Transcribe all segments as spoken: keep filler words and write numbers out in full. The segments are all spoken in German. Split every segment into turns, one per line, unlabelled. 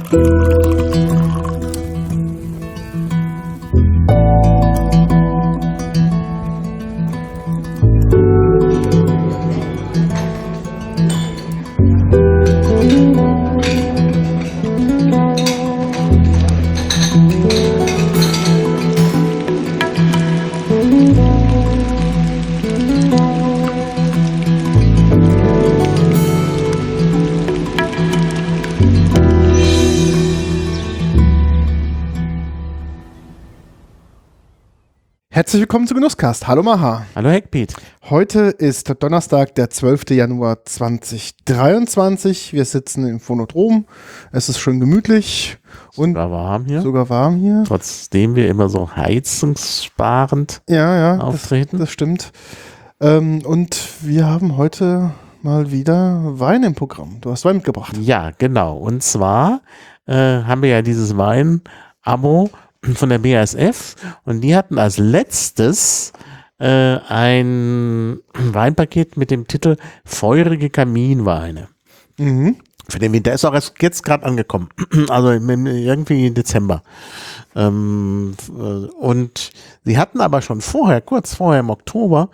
Herzlich willkommen zu Genusscast. Hallo Maha.
Hallo Heckpiet.
Heute ist Donnerstag, der zwölfter Januar zweitausenddreiundzwanzig. Wir sitzen im Phonodrom. Es ist schön gemütlich und
sogar warm hier.
Sogar warm hier.
Trotzdem wir immer so heizungssparend
ja, ja,
auftreten.
Das, das stimmt. Ähm, und wir haben heute mal wieder Wein im Programm. Du hast Wein mitgebracht.
Ja, genau. Und zwar äh, haben wir ja dieses Wein-Abo von der B A S F und die hatten als letztes äh, ein Weinpaket mit dem Titel Feurige Kaminweine.
Mhm.
Für den Winter ist auch erst jetzt gerade angekommen, also irgendwie im Dezember. Ähm, und sie hatten aber schon vorher, kurz vorher im Oktober,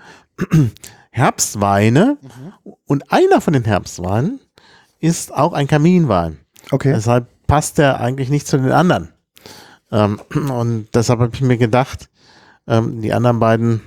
Herbstweine mhm. und einer von den Herbstweinen ist auch ein Kaminwein.
Okay.
Deshalb passt der eigentlich nicht zu den anderen. Ähm, und deshalb habe ich mir gedacht, ähm, die anderen beiden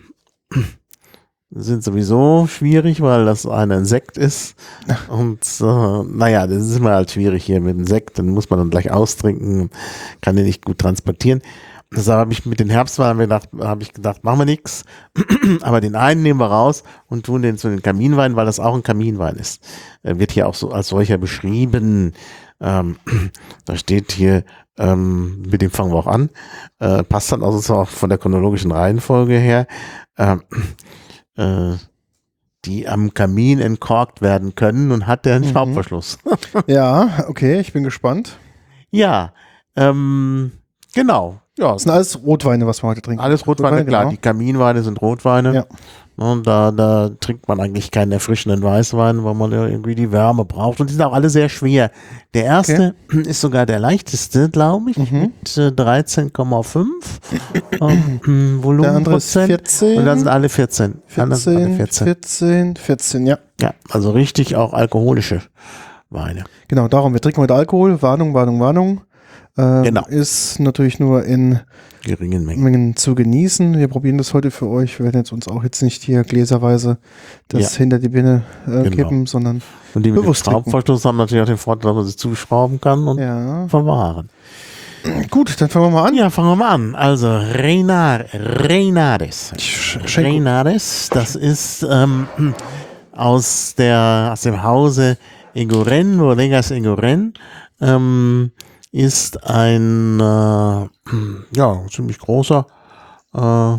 sind sowieso schwierig, weil das eine ein Sekt ist. Und äh, naja, das ist immer halt schwierig hier mit dem Sekt. Dann muss man dann gleich austrinken, kann den nicht gut transportieren. Deshalb habe ich mit den Herbstweinen gedacht, habe ich gedacht, machen wir nichts. Aber den einen nehmen wir raus und tun den zu den Kaminweinen, weil das auch ein Kaminwein ist. Er wird hier auch so als solcher beschrieben. Ähm, da steht hier, ähm, mit dem fangen wir auch an. Äh, passt dann also auch von der chronologischen Reihenfolge her. Ähm, äh, die am Kamin entkorkt werden können und hat der einen mhm. Schraubverschluss.
Ja, okay, ich bin gespannt.
Ja, ähm, genau. Ja.
Das sind alles Rotweine, was wir heute trinken.
Alles Rotweine, Rotweine klar. Genau. Die Kaminweine sind Rotweine.
Ja.
Und da, da trinkt man eigentlich keinen erfrischenden Weißwein, weil man ja irgendwie die Wärme braucht. Und die sind auch alle sehr schwer. Der erste okay. ist sogar der leichteste, glaube ich, mhm. mit äh, dreizehn Komma fünf ähm, Volumenprozent.
Der andere ist vierzehn.
Und dann sind alle vierzehn.
vierzehn, alle vierzehn. vierzehn, vierzehn, ja.
Ja, also richtig auch alkoholische Weine.
Genau, darum, wir trinken heute Alkohol. Warnung, Warnung, Warnung. Ähm,
genau.
Ist natürlich nur in
geringen Mengen.
Mengen zu genießen. Wir probieren das heute für euch. Wir werden jetzt uns auch jetzt nicht hier gläserweise das ja. hinter die Birne äh, genau. kippen, sondern
und die mit dem Schraubverschluss haben natürlich auch den Vorteil, dass man sie zuschrauben kann und
ja.
verwahren.
Gut, dann fangen wir mal an.
Ja, fangen wir mal an. Also Reinar, Reinares. Reinares, das ist ähm, aus, der, aus dem Hause Egoren, Bodegas Egoren. Ähm, ist ein äh, ja, ziemlich großer äh,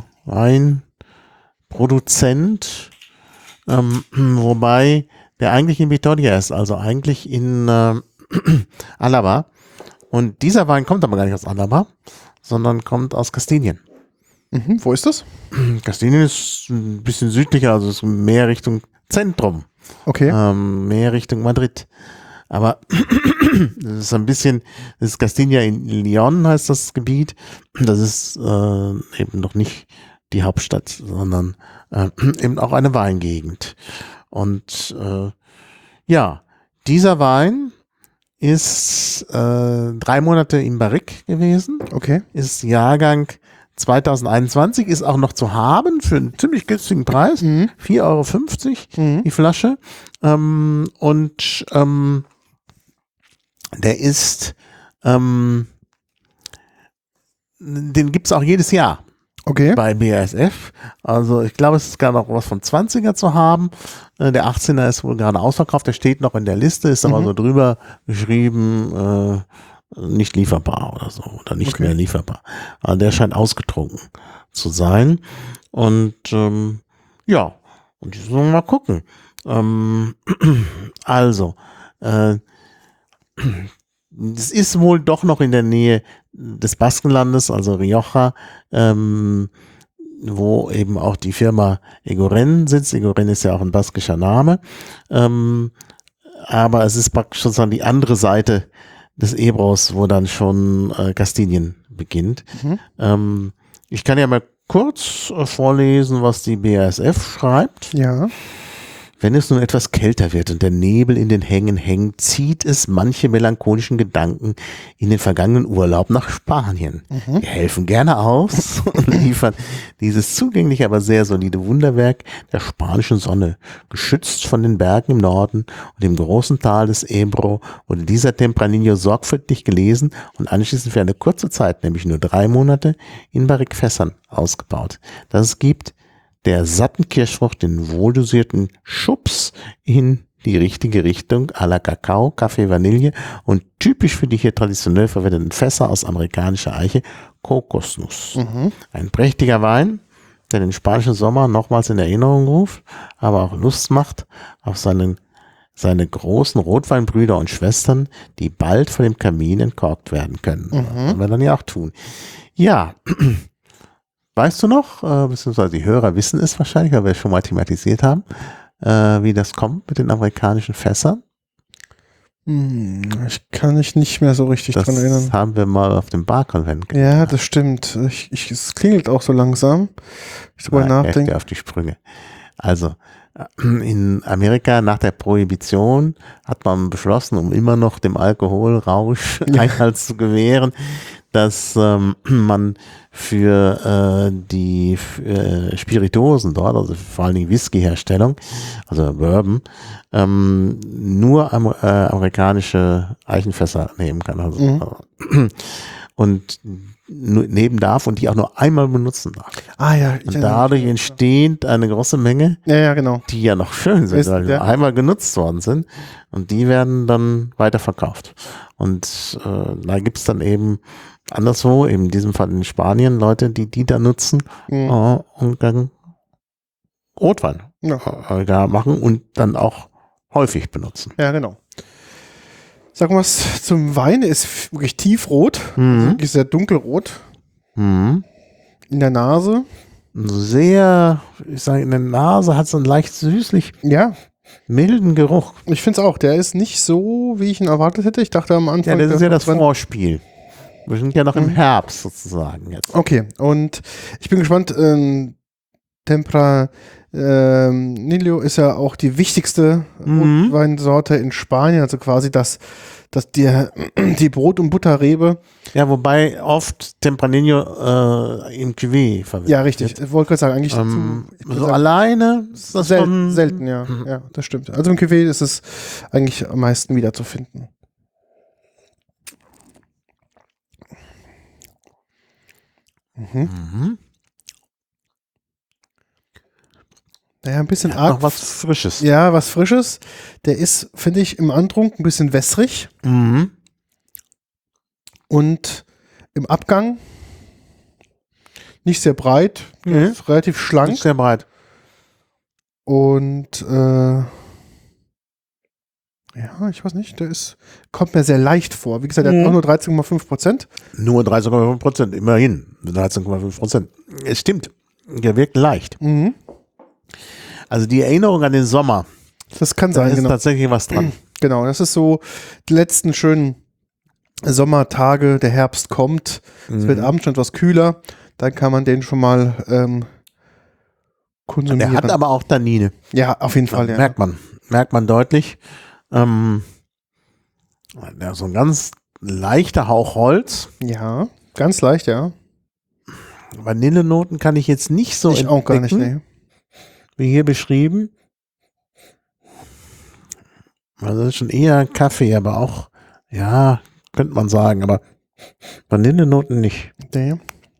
Weinproduzent, ähm, wobei der eigentlich in Vitoria ist, also eigentlich in äh, Álava. Und dieser Wein kommt aber gar nicht aus Álava, sondern kommt aus Kastilien.
Mhm, wo ist das?
Kastilien ist ein bisschen südlicher, also ist mehr Richtung Zentrum.
Okay.
Ähm, mehr Richtung Madrid. Aber das ist ein bisschen, das ist Castilla in León heißt das Gebiet. Das ist äh, eben noch nicht die Hauptstadt, sondern äh, eben auch eine Weingegend. Und äh, ja, dieser Wein ist äh, drei Monate im Barrique gewesen.
Okay.
Ist Jahrgang zweitausendeinundzwanzig, ist auch noch zu haben für einen ziemlich günstigen Preis. Mhm. vier Euro fünfzig mhm. die Flasche. Ähm, und ähm, der ist, ähm, den gibt's auch jedes Jahr
okay.
bei B A S F. Also ich glaube, es ist gar noch was von zwanziger zu haben. Äh, der achtzehner ist wohl gerade ausverkauft, der steht noch in der Liste, ist mhm. aber so drüber geschrieben, äh, nicht lieferbar oder so, oder nicht okay. mehr lieferbar. Also der scheint ausgetrunken zu sein. Und ähm, ja, und jetzt wollen wir mal gucken. Ähm, also, äh, es ist wohl doch noch in der Nähe des Baskenlandes, also Rioja, ähm, wo eben auch die Firma Egoren sitzt. Egoren ist ja auch ein baskischer Name, ähm, aber es ist praktisch sozusagen die andere Seite des Ebros, wo dann schon äh, Kastilien beginnt.
Mhm.
Ähm, ich kann ja mal kurz äh, vorlesen, was die B A S F schreibt.
Ja.
Wenn es nun etwas kälter wird und der Nebel in den Hängen hängt, zieht es manche melancholischen Gedanken in den vergangenen Urlaub nach Spanien.
Mhm.
Wir helfen gerne aus und liefern dieses zugängliche, aber sehr solide Wunderwerk der spanischen Sonne. Geschützt von den Bergen im Norden und dem großen Tal des Ebro wurde dieser Tempranillo sorgfältig gelesen und anschließend für eine kurze Zeit, nämlich nur drei Monate, in Barrikfässern ausgebaut. Das es gibt der satten Kirschfrucht den wohldosierten Schubs in die richtige Richtung à la Kakao, Kaffee, Vanille und typisch für die hier traditionell verwendeten Fässer aus amerikanischer Eiche Kokosnuss.
Mhm.
Ein prächtiger Wein, der den spanischen Sommer nochmals in Erinnerung ruft, aber auch Lust macht auf seinen, seine großen Rotweinbrüder und Schwestern, die bald vor dem Kamin entkorkt werden können.
Mhm.
Das werden wir dann ja auch tun. Ja, weißt du noch, äh, beziehungsweise die Hörer wissen es wahrscheinlich, weil wir es schon mal thematisiert haben, äh, wie das kommt mit den amerikanischen Fässern?
Hm, ich kann mich nicht mehr so richtig
Das
dran erinnern.
haben wir mal auf dem Bar-Konvent
Ja, das stimmt. Ich, ich, es klingelt auch so langsam. Ich drüber
Na, helft
nachdenke.
dir auf die Sprünge. Also, in Amerika nach der Prohibition hat man beschlossen, um immer noch dem Alkoholrausch
Ja.
Einhalt zu gewähren, dass ähm, man für äh, die äh, Spirituosen dort, also vor allen Dingen Whisky-Herstellung, also Bourbon, ähm, nur am, äh, amerikanische Eichenfässer nehmen kann. Also,
Mhm.
und nur nehmen darf und die auch nur einmal benutzen darf.
Ah ja.
Und
ja,
dadurch
ja.
entsteht eine große Menge,
Ja, ja, genau.
die ja noch schön sind,
Ist-
weil sie
ja.
einmal genutzt worden sind und die werden dann weiterverkauft. Und äh, da gibt es dann eben anderswo, eben in diesem Fall in Spanien, Leute, die die da nutzen
Mhm.
äh, und dann Rotwein
Ja.
äh, da machen und dann auch häufig benutzen.
Ja, genau. Sag mal was zum Wein. Der ist wirklich tiefrot.
Mhm.
Wirklich sehr dunkelrot.
Mhm.
In der Nase.
Sehr, ich sage, in der Nase hat es einen leicht süßlich
Ja,
milden Geruch.
ich finde es auch. Der ist nicht so, wie ich ihn erwartet hätte. Ich dachte am
Ja,
Anfang.
das ist
der
ja das
wird-
Vorspiel. Wir sind ja noch im
Mhm.
Herbst sozusagen jetzt.
Okay, und ich bin gespannt. Ähm, Tempranillo ähm, ist ja auch die wichtigste
Mhm.
Rotweinsorte in Spanien. Also quasi das, das die, die Brot- und Butterrebe.
Ja, wobei oft Tempranillo äh, im Cuvée verwendet
Ja, richtig.
wird.
Ich wollte gerade sagen, eigentlich
Ähm,
zu, ich würd
so
sagen,
alleine ist das
sel
schon
selten, ja.
Mhm.
Ja, das stimmt. Also im Cuvée ist es eigentlich am meisten wiederzufinden. Mhm.
Mhm.
Naja, ein bisschen
Hat
arg.
noch was Frisches.
Ja, was Frisches. Der ist, finde ich, im Antrunk ein bisschen wässrig
Mhm.
und im Abgang nicht sehr breit,
Mhm.
ist relativ schlank
Nicht sehr breit.
und äh, ja, ich weiß nicht, der ist, kommt mir sehr leicht vor. Wie gesagt, der
Mhm.
hat auch nur dreizehn Komma fünf Prozent.
Nur dreizehn Komma fünf Prozent, immerhin. dreizehn Komma fünf Prozent. Es stimmt. Der wirkt leicht.
Mhm.
Also die Erinnerung an den Sommer,
Das kann
da
sein,
ist
genau.
tatsächlich was dran.
Genau, das ist so die letzten schönen Sommertage, der Herbst kommt, es wird
Mhm.
abends schon etwas kühler, dann kann man den schon mal ähm, konsumieren.
Der hat aber auch Tannine.
ja, auf jeden Fall, ja.
Merkt man. Merkt man deutlich. Ähm, ja, so ein ganz leichter Hauch Holz.
Ja, ganz leicht, ja.
Vanillenoten kann ich jetzt nicht so
ich auch gar nicht,
entdecken,
nee.
wie hier beschrieben. Also das ist schon eher Kaffee, aber auch, ja, könnte man sagen, aber Vanillenoten nicht.
nee.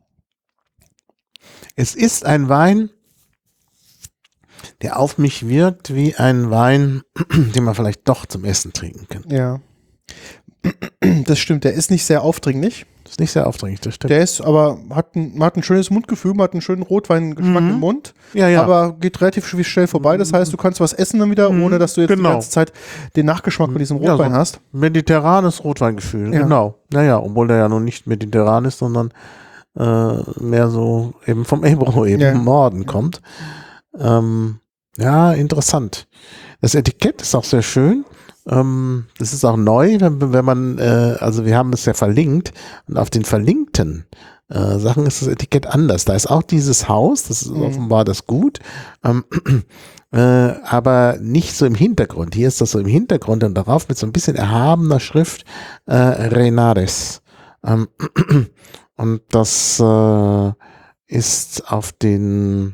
Es ist ein Wein, der auf mich wirkt wie ein Wein, den man vielleicht doch zum Essen trinken kann.
Ja. Das stimmt, der ist nicht sehr aufdringlich.
Das ist nicht sehr aufdringlich, das stimmt.
Der ist aber, hat ein, hat ein schönes Mundgefühl, man hat einen schönen Rotweingeschmack
Mhm.
im Mund,
ja, ja.
aber geht relativ sch- schnell vorbei. Das heißt, du kannst was essen dann wieder,
Mhm.
ohne dass du jetzt
Genau.
die ganze Zeit den Nachgeschmack von diesem
Ja,
Rotwein
so.
hast.
Mediterranes Rotweingefühl,
Ja.
genau. Naja, obwohl der ja nun nicht mediterran ist, sondern äh, mehr so eben vom Ebro, eben
Ja.
im Norden kommt. Ähm, ja, interessant. Das Etikett ist auch sehr schön. Ähm, das ist auch neu, wenn, wenn man, äh, also wir haben es ja verlinkt und auf den verlinkten äh, Sachen ist das Etikett anders. Da ist auch dieses Haus, das ist
Mhm.
offenbar das Gut, ähm, äh, aber nicht so im Hintergrund. Hier ist das so im Hintergrund und darauf mit so ein bisschen erhabener Schrift äh, Renares. Ähm, und das äh, ist auf den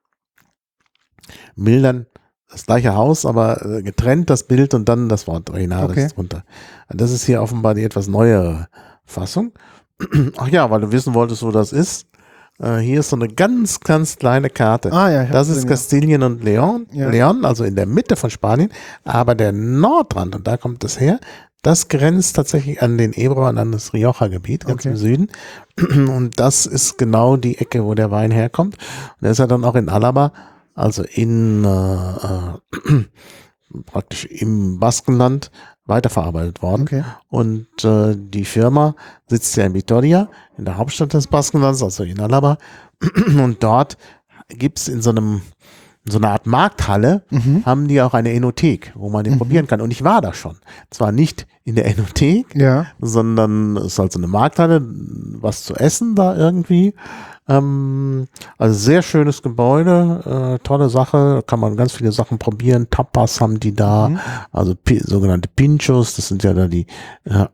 Bildern das gleiche Haus, aber äh, getrennt das Bild und dann das Wort Renares
Okay.
drunter. Das ist hier offenbar die etwas neuere Fassung. Ach ja, weil du wissen wolltest, wo das ist. Äh, hier ist so eine ganz, ganz kleine Karte.
Ah ja, ich
Das
hab's
ist
gesehen,
Kastilien und Leon,
Ja.
Leon, also in der Mitte von Spanien. Aber der Nordrand, und da kommt es her, das grenzt tatsächlich an den Ebro und an das Rioja-Gebiet, ganz
Okay.
im Süden. Und das ist genau die Ecke, wo der Wein herkommt. Und der ist ja dann auch in Alaba, also in äh, äh, praktisch im Baskenland weiterverarbeitet worden.
Okay.
Und äh, die Firma sitzt ja in Vitoria, in der Hauptstadt des Baskenlands, also in Alaba. Und dort gibt's in so einem in so einer Art Markthalle,
Mhm.
haben die auch eine Enothek, wo man den
Mhm.
probieren kann. Und ich war da schon. Zwar nicht in der Enothek,
Ja.
sondern es ist halt so eine Markthalle, was zu essen da irgendwie. Ähm, also sehr schönes Gebäude, äh, tolle Sache, kann man ganz viele Sachen probieren. Tapas haben die da,
Mhm.
also pi sogenannte Pinchos, das sind ja da die, äh,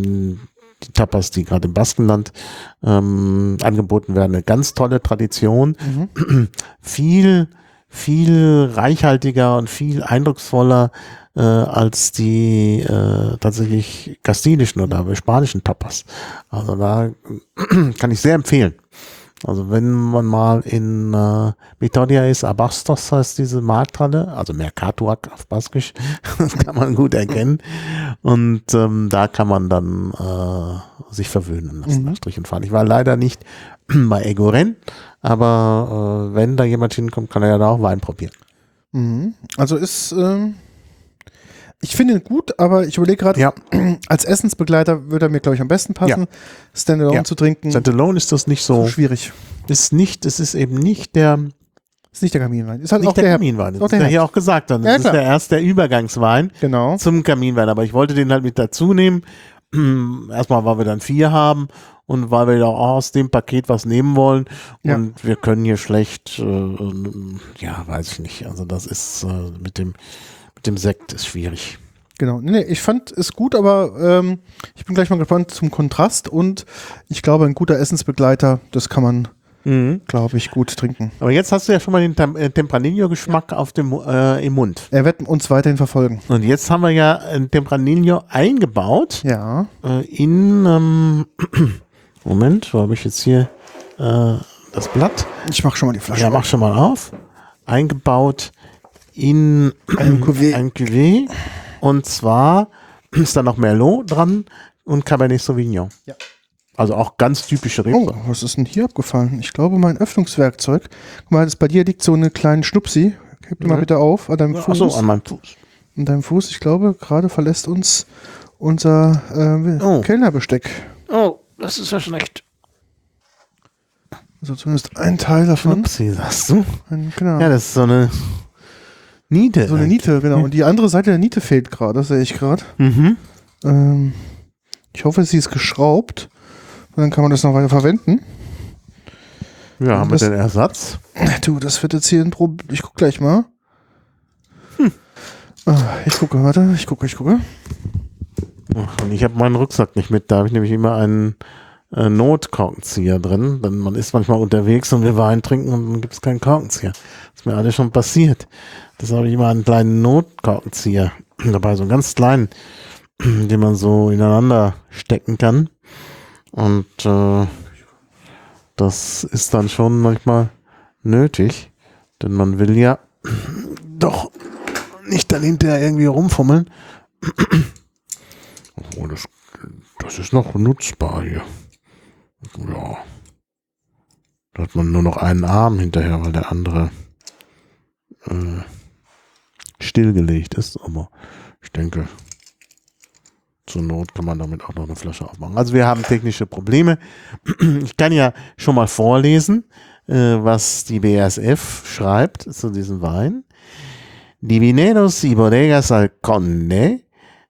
die Tapas, die gerade im Baskenland ähm, angeboten werden. Eine ganz tolle Tradition.
Mhm.
Viel, viel reichhaltiger und viel eindrucksvoller äh, als die äh, tatsächlich kastilischen oder spanischen Tapas. Also da kann ich sehr empfehlen. Also wenn man mal in äh, Vitoria ist, Abastos heißt diese Markthalle, also Mercatuac auf Baskisch, das kann man gut erkennen. Und ähm, da kann man dann äh, sich verwöhnen lassen,
Mhm.
nach Strich und Faden. Ich war leider nicht bei Egoren, aber äh, wenn da jemand hinkommt, kann er ja da auch Wein probieren.
Mhm. Also ist, ähm, ich finde ihn gut, aber ich überlege gerade,
Ja,
als Essensbegleiter würde er mir, glaube ich, am besten passen, Standalone
Ja.
zu trinken.
Saint Alone ist das nicht
So
so,
schwierig.
ist nicht, es ist eben nicht der,
Ist nicht der Kaminwein. Ist halt
nicht
auch
der,
der,
Kaminwein. Das
auch
ist
der
ja hier auch gesagt. Dann.
Ja,
Das ist
klar.
der erst der Übergangswein
Genau.
zum Kaminwein. Aber ich wollte den halt mit dazu nehmen. Erstmal, weil wir dann vier haben und weil wir ja auch aus dem Paket was nehmen wollen.
Ja.
Und wir können hier schlecht, äh, ja, weiß ich nicht. Also das ist äh, mit dem mit dem Sekt ist schwierig.
Genau. Nee, nee, ich fand es gut, aber ähm, ich bin gleich mal gespannt zum Kontrast und ich glaube, ein guter Essensbegleiter, das kann man,
Mhm.
glaube ich, gut trinken.
Aber jetzt hast du ja schon mal den Tem- äh, Tempranillo-Geschmack auf dem äh, im Mund.
Er wird uns weiterhin verfolgen.
Und jetzt haben wir ja ein Tempranillo eingebaut.
Ja.
Äh, in, ähm, Moment, wo habe ich jetzt hier äh, das Blatt?
Ich mache schon mal die Flasche.
Ja, mach schon mal auf. Eingebaut in
Ein Cuvée.
ein Cuvée. Und zwar ist da noch Merlot dran und Cabernet Sauvignon.
Ja.
Also auch ganz typische
Oh,
Rebsorten.
was ist denn hier abgefallen? Ich glaube, mein Öffnungswerkzeug. Guck mal, das, bei dir liegt so eine kleine Schnupsi. Heb die mal
Mhm.
bitte auf an deinem Fuß.
Achso, an meinem Fuß.
An deinem Fuß. Ich glaube, gerade verlässt uns unser äh,
Oh.
Kellnerbesteck.
Oh, das ist ja schlecht.
Also zumindest ein Teil davon.
Upsi, sagst du?
Ein, genau.
Ja, das ist so eine Niete.
so eine Niete, genau. Und die andere Seite der Niete fehlt gerade, das sehe ich gerade.
Mhm.
Ähm, ich hoffe, sie ist geschraubt. Und dann kann man das noch weiter verwenden.
Ja, haben wir
Das-
den Ersatz?
Du, das wird jetzt hier ein Problem. Ich gucke gleich mal. Ah, ich gucke, warte, ich gucke, ich gucke.
Ach, und ich habe meinen Rucksack nicht mit. Da habe ich nämlich immer einen äh, Notkorkenzieher drin. Denn man ist manchmal unterwegs und will Wein trinken und dann gibt es keinen Korkenzieher. Das ist mir alles schon passiert. Das habe ich immer einen kleinen Notkorkenzieher dabei, so einen ganz kleinen, den man so ineinander stecken kann. Und äh, das ist dann schon manchmal nötig, denn man will ja doch nicht dann hinterher irgendwie rumfummeln. Obwohl, das, das ist noch nutzbar hier. Ja. Da hat man nur noch einen Arm hinterher, weil der andere äh, stillgelegt ist. Aber ich denke, zur Not kann man damit auch noch eine Flasche aufmachen. Also wir haben technische Probleme. Ich kann ja schon mal vorlesen, äh, was die B A S F schreibt zu diesem Wein. Die Vineros y Bodegas al Conde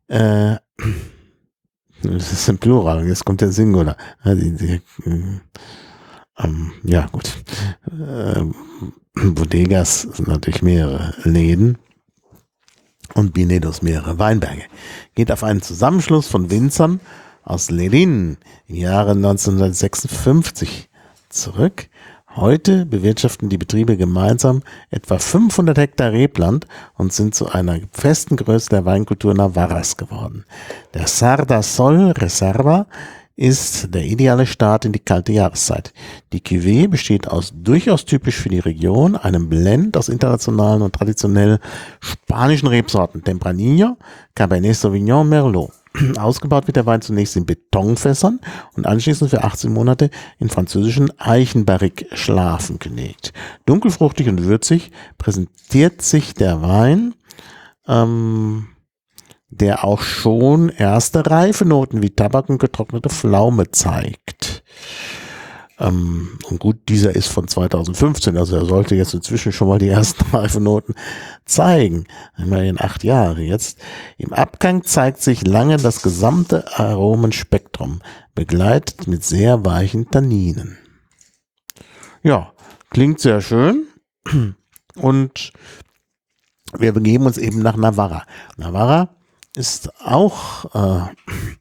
Äh, das ist im Plural, jetzt kommt der Singular. Also, die, die, ähm, ja, gut. Äh, Bodegas sind natürlich mehrere Läden und Viñedos mehrere Weinberge. Geht auf einen Zusammenschluss von Winzern aus Lerín im Jahre neunzehnhundertsechsundfünfzig zurück. Heute bewirtschaften die Betriebe gemeinsam etwa fünfhundert Hektar Rebland und sind zu einer festen Größe der Weinkultur Navarras geworden. Der Sardasol Reserva ist der ideale Start in die kalte Jahreszeit. Die Cuvée besteht aus durchaus typisch für die Region einem Blend aus internationalen und traditionell spanischen Rebsorten Tempranillo, Cabernet Sauvignon, Merlot. Ausgebaut wird der Wein zunächst in Betonfässern und anschließend für achtzehn Monate in französischen Eichenbarrique-Schlafen gelegt. Dunkelfruchtig und würzig präsentiert sich der Wein, ähm, der auch schon erste Reifenoten wie Tabak und getrocknete Pflaume zeigt. Ähm, und gut, dieser ist von zweitausendfünfzehn, also er sollte jetzt inzwischen schon mal die ersten Reifenoten zeigen. Immerhin acht Jahre jetzt. Im Abgang zeigt sich lange das gesamte Aromenspektrum, begleitet mit sehr weichen Tanninen. Ja, klingt sehr schön. Und wir begeben uns eben nach Navarra. Navarra ist auch äh,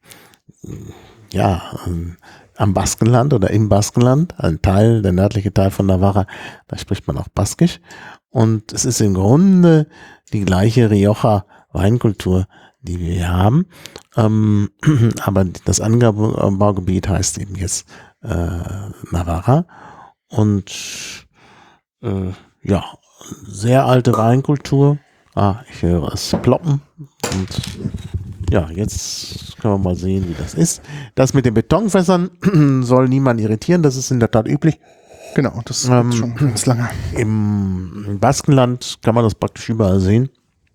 ja äh, am Baskenland oder im Baskenland, ein Teil, der nördliche Teil von Navarra, da spricht man auch Baskisch. Und es ist im Grunde die gleiche Rioja-Weinkultur, die wir hier haben. Ähm, aber das Anbaugebiet heißt eben jetzt äh, Navarra. Und äh, ja, sehr alte Weinkultur. Ah, ich höre es ploppen. Und ja, jetzt können wir mal sehen, wie das ist. Das mit den Betonfässern soll niemand irritieren, das ist in der Tat üblich.
Genau, das ist
Ähm,
schon ganz lange.
Im, Im Baskenland kann man das praktisch überall sehen.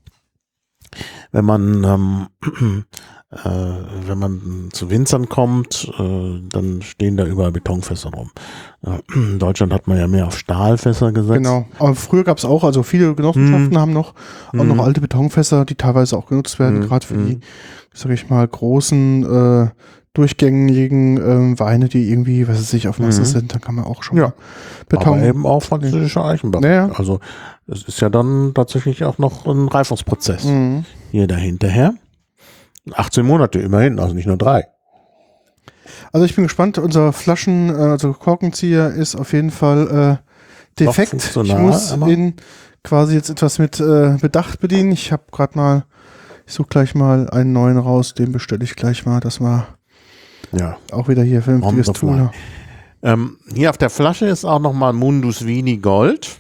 Wenn man ähm, äh, wenn man zu Winzern kommt, äh, dann stehen da überall Betonfässer rum. Äh, in Deutschland hat man ja mehr auf Stahlfässer gesetzt.
Genau, aber früher gab es auch, also viele Genossenschaften
Mhm.
haben noch, auch
Mhm.
noch alte Betonfässer, die teilweise auch genutzt werden,
Mhm.
gerade für die,
Mhm.
sag ich mal, großen, äh, durchgängigen ähm, Weine, die irgendwie, was weiß ich, auf Masse
Mhm.
sind, dann kann man auch schon
Ja.
mal Beton.
Aber eben auch französische Eichenbarrique.
Ja, ja.
Also es ist ja dann tatsächlich auch noch ein Reifungsprozess
Mhm.
hier dahinterher. achtzehn Monate immerhin, also nicht nur drei.
Also ich bin gespannt, unser Flaschen, äh, also Korkenzieher ist auf jeden Fall äh, defekt. Ich
funktional,
muss
aber-
ihn quasi jetzt etwas mit äh, Bedacht bedienen. Ich habe gerade mal, ich suche gleich mal einen neuen raus, den bestelle ich gleich mal, dass wir
Ja.
auch wieder hier vernünftiges
On the
Tool
fly.
haben.
Ähm, hier auf der Flasche ist auch nochmal Mundus Vini Gold.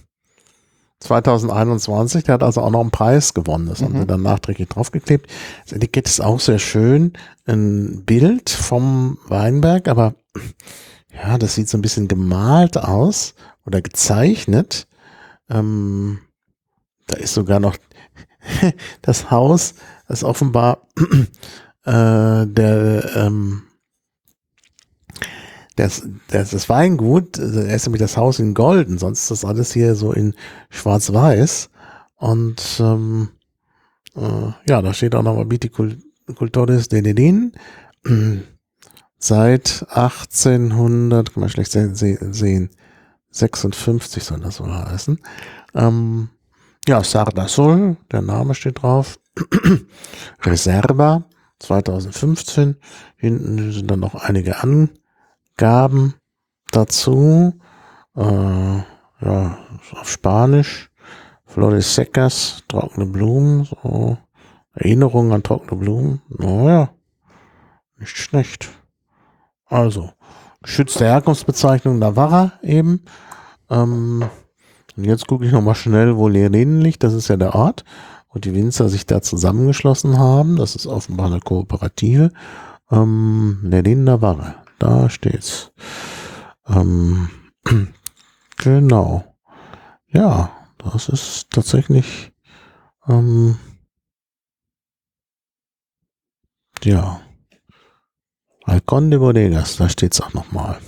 zwanzig einundzwanzig, der hat also auch noch einen Preis gewonnen. Das haben
Mhm.
wir dann nachträglich draufgeklebt. Das Etikett ist auch sehr schön. Ein Bild vom Weinberg, aber ja, das sieht so ein bisschen gemalt aus oder gezeichnet. Ähm, da ist sogar noch das Haus, das offenbar äh, der ähm, Das, das, das Weingut, also er ist nämlich das Haus in Golden, sonst ist das alles hier so in Schwarz-Weiß. Und ähm, äh, ja, da steht auch nochmal Viticultores de Lerín. Seit achtzehnhundert, kann man schlecht sehen, sehen sechsundfünfzig soll das wohl heißen. Ähm, ja, Sardasol, der Name steht drauf. Reserva zweitausendfünfzehn. Hinten sind dann noch einige Angaben. Gaben dazu, äh, ja, auf Spanisch, Flores secas, trockene Blumen, so, Erinnerungen an trockene Blumen, naja, nicht schlecht. Also, geschützte Herkunftsbezeichnung Navarra eben, ähm, und jetzt gucke ich nochmal schnell, wo Lerín liegt, das ist ja der Ort, und die Winzer sich da zusammengeschlossen haben, das ist offenbar eine Kooperative, ähm, Lerín Navarra. Da steht's. Ähm, genau. Ja, das ist tatsächlich, ähm, ja. Halcón de Bodegas, da steht's auch nochmal.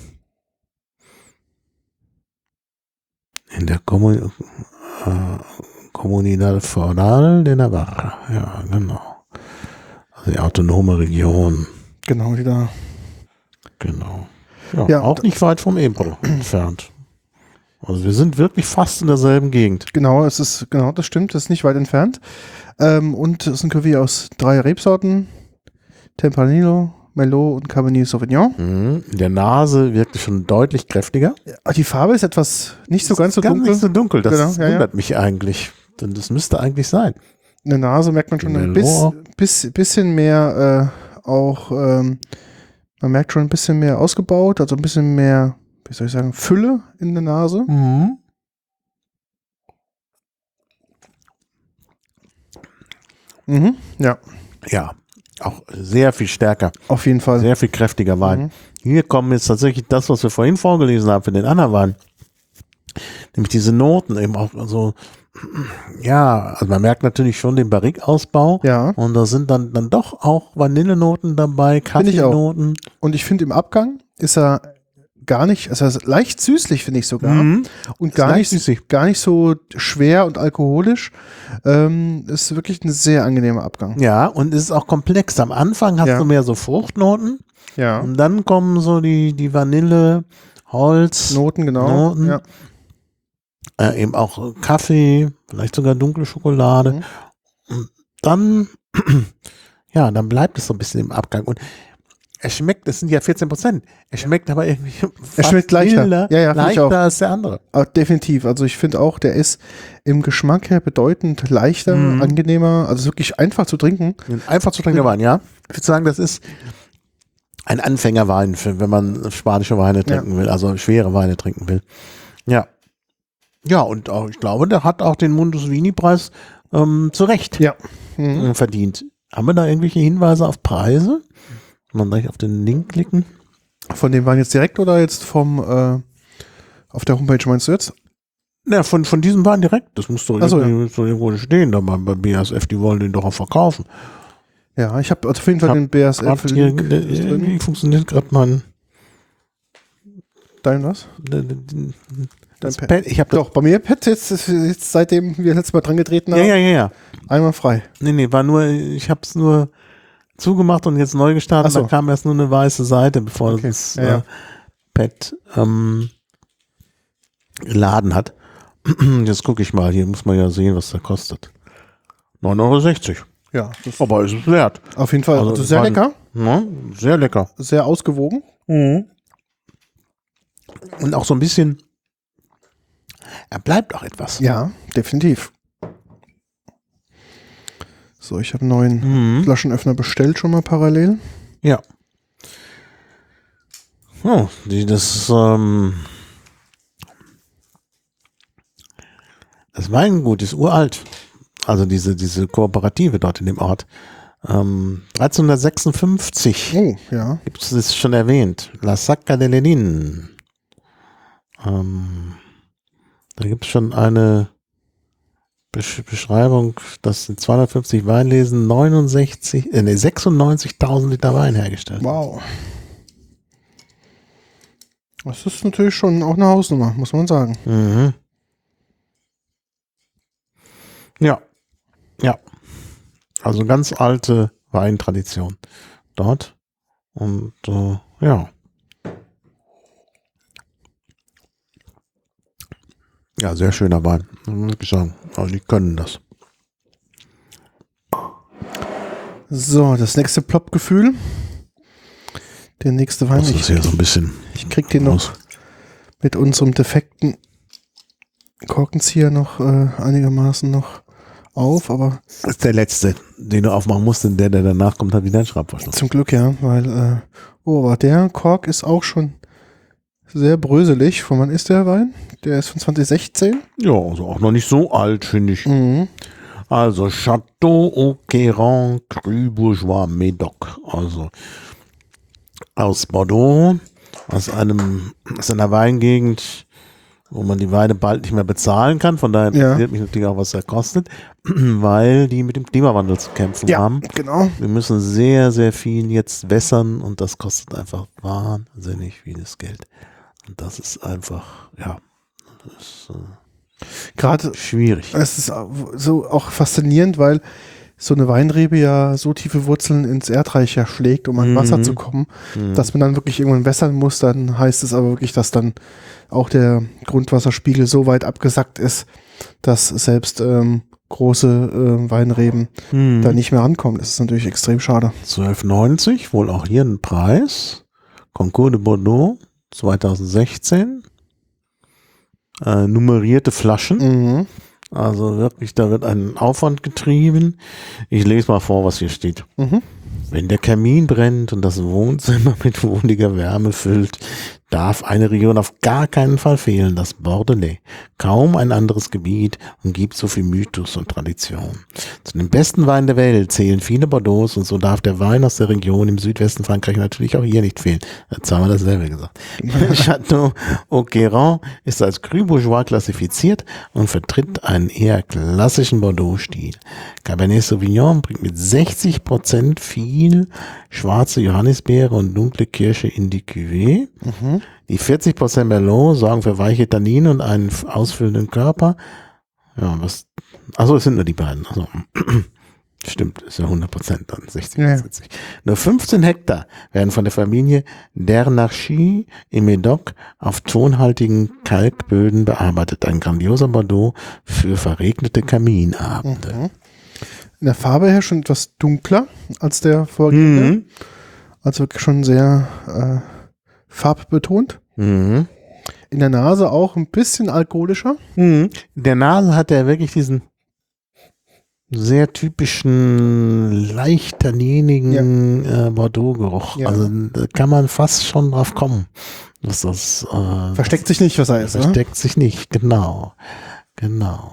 In der Kommun äh, Comunidad Foral de Navarra. Ja, genau. Die autonome Region.
Genau, die da.
Genau. Ja,
Ja,
auch nicht weit vom Ebro entfernt. Also wir sind wirklich fast in derselben Gegend.
Genau, es ist, genau, das stimmt, das ist nicht weit entfernt. Ähm, und es ist ein Cuvée aus drei Rebsorten. Tempranillo, Merlot und Cabernet Sauvignon.
Mhm. In der Nase wirklich schon deutlich kräftiger.
Ja, die Farbe ist etwas nicht so ganz so
Gar
dunkel.
nicht so dunkel, das
Genau, ja,
wundert mich eigentlich. Denn das müsste eigentlich sein.
In der Nase merkt man schon ein
Merlot.
bis, bis, bisschen mehr äh, auch, ähm, man merkt schon ein bisschen mehr ausgebaut, also ein bisschen mehr, wie soll ich sagen, Fülle in der Nase.
Mhm.
Mhm, ja,
Ja, auch sehr viel stärker,
auf jeden Fall.
sehr viel kräftiger Wein.
Mhm.
Hier kommen jetzt tatsächlich das, was wir vorhin vorgelesen haben für den anderen Wein. Nämlich diese Noten eben auch so, ja, also man merkt natürlich schon den Barrique-Ausbau.
Ja,
Und da sind dann, dann doch auch Vanillenoten dabei,
ich auch.
Kaffeenoten.
und ich finde im Abgang ist er gar nicht, also er ist leicht süßlich, finde ich sogar.
Mhm.
Und
Ist
gar
leicht
nicht,
süßig.
gar nicht so schwer und alkoholisch. Ähm, ist wirklich ein sehr angenehmer Abgang.
Ja, und es ist auch komplex. Am Anfang hast
Ja.
du mehr so Fruchtnoten
Ja.
und dann kommen so die, die Vanille, Holz,
Noten, genau.
Noten.
Ja.
Äh, eben auch Kaffee, vielleicht sogar dunkle Schokolade.
Mhm.
Und dann, ja, dann bleibt es so ein bisschen im Abgang. Und er schmeckt, das sind ja vierzehn Prozent. Er schmeckt aber irgendwie
Er schmeckt leichter.
milder,
Ja, ja, finde ich auch.
leichter als der andere.
Aber definitiv. Also ich finde auch, der ist im Geschmack her bedeutend leichter,
Mhm.
angenehmer. Also ist wirklich einfach zu trinken.
Ein einfach zu trinkender Wein, ja. Ich würde sagen, das ist ein Anfängerwein, für, wenn man spanische Weine trinken will, also schwere Weine trinken will. Ja. Ja, und auch, ich glaube, der hat auch den Mundus Vini-Preis ähm, zu Recht
Ja. Mhm.
äh, verdient. Haben wir da irgendwelche Hinweise auf Preise? Kann man gleich auf den Link klicken?
Von dem Wein jetzt direkt oder jetzt vom äh, auf der Homepage meinst du jetzt?
Ja, von, von diesem Wein direkt. Das muss doch
Ach so,
irgendwie, so irgendwo stehen, da bei, bei B A S F, die wollen den doch auch verkaufen.
Ja, ich habe auf jeden Fall
Ich hab
den B A S F
Grad hier,
Link
äh,
ist drin.
irgendwie funktioniert gerade mein
Dein was?
d- d- d- das
Pad.
Pad. Ich habe
Doch, bei mir Pet jetzt, jetzt seitdem wir letztes Mal dran getreten haben,
ja, ja, ja, ja.
einmal frei.
Nee, nee, war nur, ich habe es nur zugemacht und jetzt neu gestartet.
Ach so.
Da kam erst nur eine weiße Seite, bevor
Okay.
das
Ja, ja.
äh, Pad ähm, geladen hat. Jetzt gucke ich mal, hier muss man ja sehen, was der kostet. neun Euro sechzig.
Ja, das
Aber ist es wert.
auf jeden Fall.
Also,
Also, sehr
Wein-
lecker,
Ne? Sehr lecker.
sehr ausgewogen.
Und auch so ein bisschen, er bleibt auch etwas.
Ja, definitiv. So, ich habe einen neuen
Mhm.
Flaschenöffner bestellt schon mal parallel.
Ja. Oh, die, das, ähm, das Weingut ist uralt. Also diese, diese Kooperative dort in dem Ort. Ähm, dreizehnhundertsechsundfünfzig
Oh, ja.
gibt es das schon erwähnt. La Sacca de Lenin. Ähm, da gibt es schon eine Besch Beschreibung, dass in zweihundertfünfzig Weinlesen neunundsechzig, äh, nee, sechsundneunzigtausend Liter Wein hergestellt.
Wow. Das ist natürlich schon auch eine Hausnummer, muss man sagen.
Mhm. Ja, ja. Also ganz alte Weintradition dort. Und äh, ja. Ja, sehr schöner Wein, muss ich sagen. Also die können das.
So, das nächste Plop-Gefühl. Der nächste Wein.
Das
Ich,
ist hier so ein bisschen
ich krieg den noch
aus.
mit unserem defekten Korkenzieher noch äh, einigermaßen noch auf, aber
Das ist der letzte, den du aufmachen musst, denn der, der danach kommt, hat wieder einen Schraubverschluss.
zum Glück ja, weil, äh, oh, aber der Kork ist auch schon sehr bröselig. Von wann ist der Wein? Der ist von zwanzig sechzehn.
Ja, also auch noch nicht so alt, finde ich.
Mhm.
Also Château Auqueran Cru Bourgeois Médoc. Also aus Bordeaux, aus einem, aus einer Weingegend, wo man die Weine bald nicht mehr bezahlen kann. Von daher
Ja.
interessiert mich natürlich auch, was er kostet, weil die mit dem Klimawandel zu kämpfen
Ja,
haben.
genau.
Wir müssen sehr, sehr viel jetzt wässern und das kostet einfach wahnsinnig vieles Geld. Und das ist einfach, ja, das ist
Gerade
äh, schwierig.
es ist auch so auch faszinierend, weil so eine Weinrebe ja so tiefe Wurzeln ins Erdreich ja schlägt, um an
Mhm.
Wasser zu kommen,
Mhm.
dass man dann wirklich irgendwann wässern muss. Dann heißt es aber wirklich, dass dann auch der Grundwasserspiegel so weit abgesackt ist, dass selbst ähm, große äh, Weinreben
Mhm.
da nicht mehr rankommen. Das ist natürlich extrem schade.
zwölf neunzig, wohl auch hier ein Preis. Concours de Bordeaux zweitausendsechzehn. Äh, nummerierte Flaschen.
Mhm.
Also wirklich, da wird ein Aufwand getrieben. Ich lese mal vor, was hier steht.
Mhm.
Wenn der Kamin brennt und das Wohnzimmer mit wohliger Wärme füllt, darf eine Region auf gar keinen Fall fehlen, das Bordelais. Kaum ein anderes Gebiet umgibt so viel Mythos und Tradition. Zu den besten Weinen der Welt zählen viele Bordeaux und so darf der Wein aus der Region im Südwesten Frankreich natürlich auch hier nicht fehlen. Jetzt haben wir dasselbe gesagt. Château Auqueyran ist als Cru Bourgeois klassifiziert und vertritt einen eher klassischen Bordeaux-Stil. Cabernet Sauvignon bringt mit sechzig Prozent viel schwarze Johannisbeere und dunkle Kirsche in die Cuvée.
Mhm.
Die vierzig Prozent Merlot sorgen für weiche Tannine und einen f- ausfüllenden Körper. Ja, was, also es sind nur die beiden. Also, stimmt, ist ja hundert Prozent dann, sechzig
Ja.
Prozent. Nur fünfzehn Hektar werden von der Familie Dernachy im Médoc auf tonhaltigen Kalkböden bearbeitet. Ein grandioser Bordeaux für verregnete Kaminabende.
Mhm. In der Farbe her schon etwas dunkler als der vorgängige.
Mhm.
Also wirklich schon sehr äh, farbbetont.
Mhm.
In der Nase auch ein bisschen alkoholischer.
Mhm. In der Nase hat er wirklich diesen sehr typischen, leicht tanninigen äh, Bordeaux-Geruch.
Ja.
Also da kann man fast schon drauf kommen. Dass das, äh,
Versteckt sich nicht, was er ist.
das versteckt sich nicht, genau. Genau.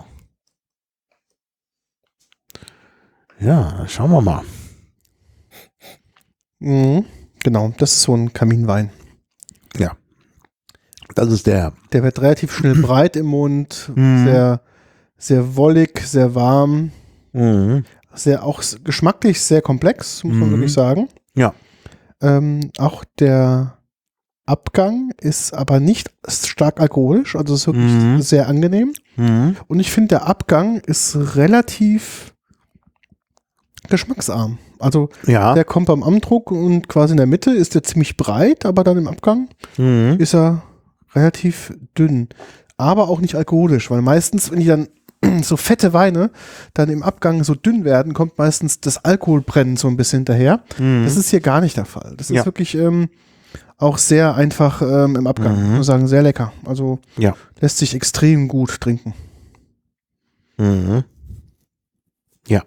Ja, schauen wir mal.
Ne? Mhm. Genau, das ist so ein Kaminwein.
Ja. Das ist der.
Der wird relativ schnell breit im Mund,
Mhm.
sehr, sehr wollig, sehr warm,
Mhm.
sehr auch s- geschmacklich sehr komplex, muss man
Mhm.
wirklich sagen.
Ja.
Ähm, auch der Abgang ist aber nicht stark alkoholisch, also es ist wirklich
Mhm.
sehr angenehm.
Mhm.
Und ich finde, der Abgang ist relativ geschmacksarm. Also
Ja.
der kommt beim Andruck und quasi in der Mitte ist der ziemlich breit, aber dann im Abgang
Mhm.
ist er relativ dünn. Aber auch nicht alkoholisch, weil meistens, wenn die dann so fette Weine dann im Abgang so dünn werden, kommt meistens das Alkoholbrennen so ein bisschen hinterher.
Mhm.
Das ist hier gar nicht der Fall. Das
Ja.
ist wirklich ähm, auch sehr einfach ähm, im Abgang.
Mhm.
Ich muss sagen, sehr lecker. Also
Ja.
lässt sich extrem gut trinken.
Mhm. Ja.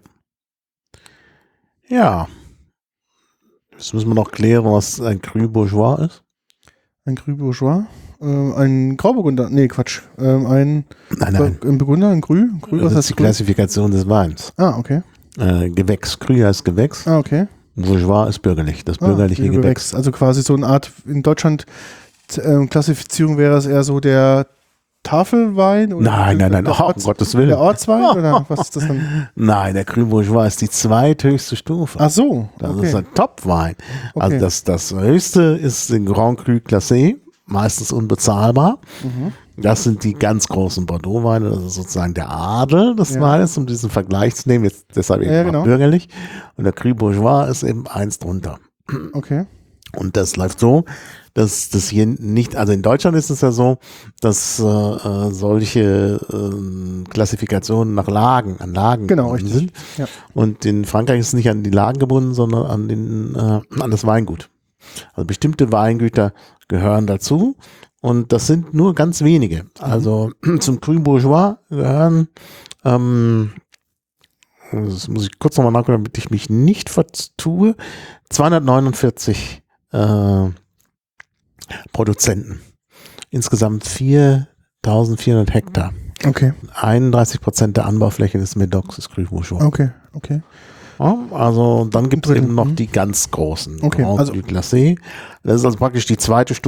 Ja. Jetzt müssen wir noch klären, was ein Cru Bourgeois ist.
Ein Cru Bourgeois. Äh, ein Grauburgunder. Nee, Quatsch. Ähm, ein,
Nein, nein.
ein Burgunder, ein Grü. Grü was
Das ist
heißt
die
Grü?
Klassifikation des Weins.
Ah, okay.
Äh, Gewächs. Cru heißt Gewächs.
Ah, okay.
Bourgeois ist bürgerlich. Das
Ah,
bürgerliche
Gewächs.
Gewächs.
Also quasi so eine Art, in Deutschland t- ähm, Klassifizierung wäre es eher so der Tafelwein? Oder
Nein, nein, nein.
Der,
Oh, um
Orts,
Gottes Willen.
der Ortswein? Oder was ist das dann?
Nein, der Cru Bourgeois ist die zweithöchste Stufe.
Ach so.
Das
Okay.
ist ein Top-Wein. Also
Okay.
das, das höchste ist den Grand Cru Classé, meistens unbezahlbar.
Mhm.
Das sind die ganz großen Bordeaux-Weine, das ist sozusagen der Adel des
Ja.
Weines, um diesen Vergleich zu nehmen, jetzt deshalb eben
Ja,
auch
genau.
bürgerlich. Und der Cru Bourgeois ist eben eins drunter.
Okay.
Und das läuft so, dass das hier nicht, also in Deutschland ist es ja so, dass äh, äh, solche äh, Klassifikationen nach Lagen, an Lagen
Genau,
gebunden
richtig.
sind.
Ja.
Und in Frankreich ist es nicht an die Lagen gebunden, sondern an, den, äh, an das Weingut. Also bestimmte Weingüter gehören dazu und das sind nur ganz wenige. Also zum Cru Bourgeois gehören, ähm, das muss ich kurz nochmal nachgucken, damit ich mich nicht vertue, zweihundertneunundvierzig äh, Produzenten. Insgesamt viertausendvierhundert Hektar.
Okay.
einunddreißig Prozent der Anbaufläche des Medocs ist Cru Bourgeois.
Okay. Okay.
Ja, also dann gibt es
Drin,
eben noch
mhm.
die ganz großen.
Okay,
Grand
also-
Cru Classé. Das ist also praktisch die zweite Stufe.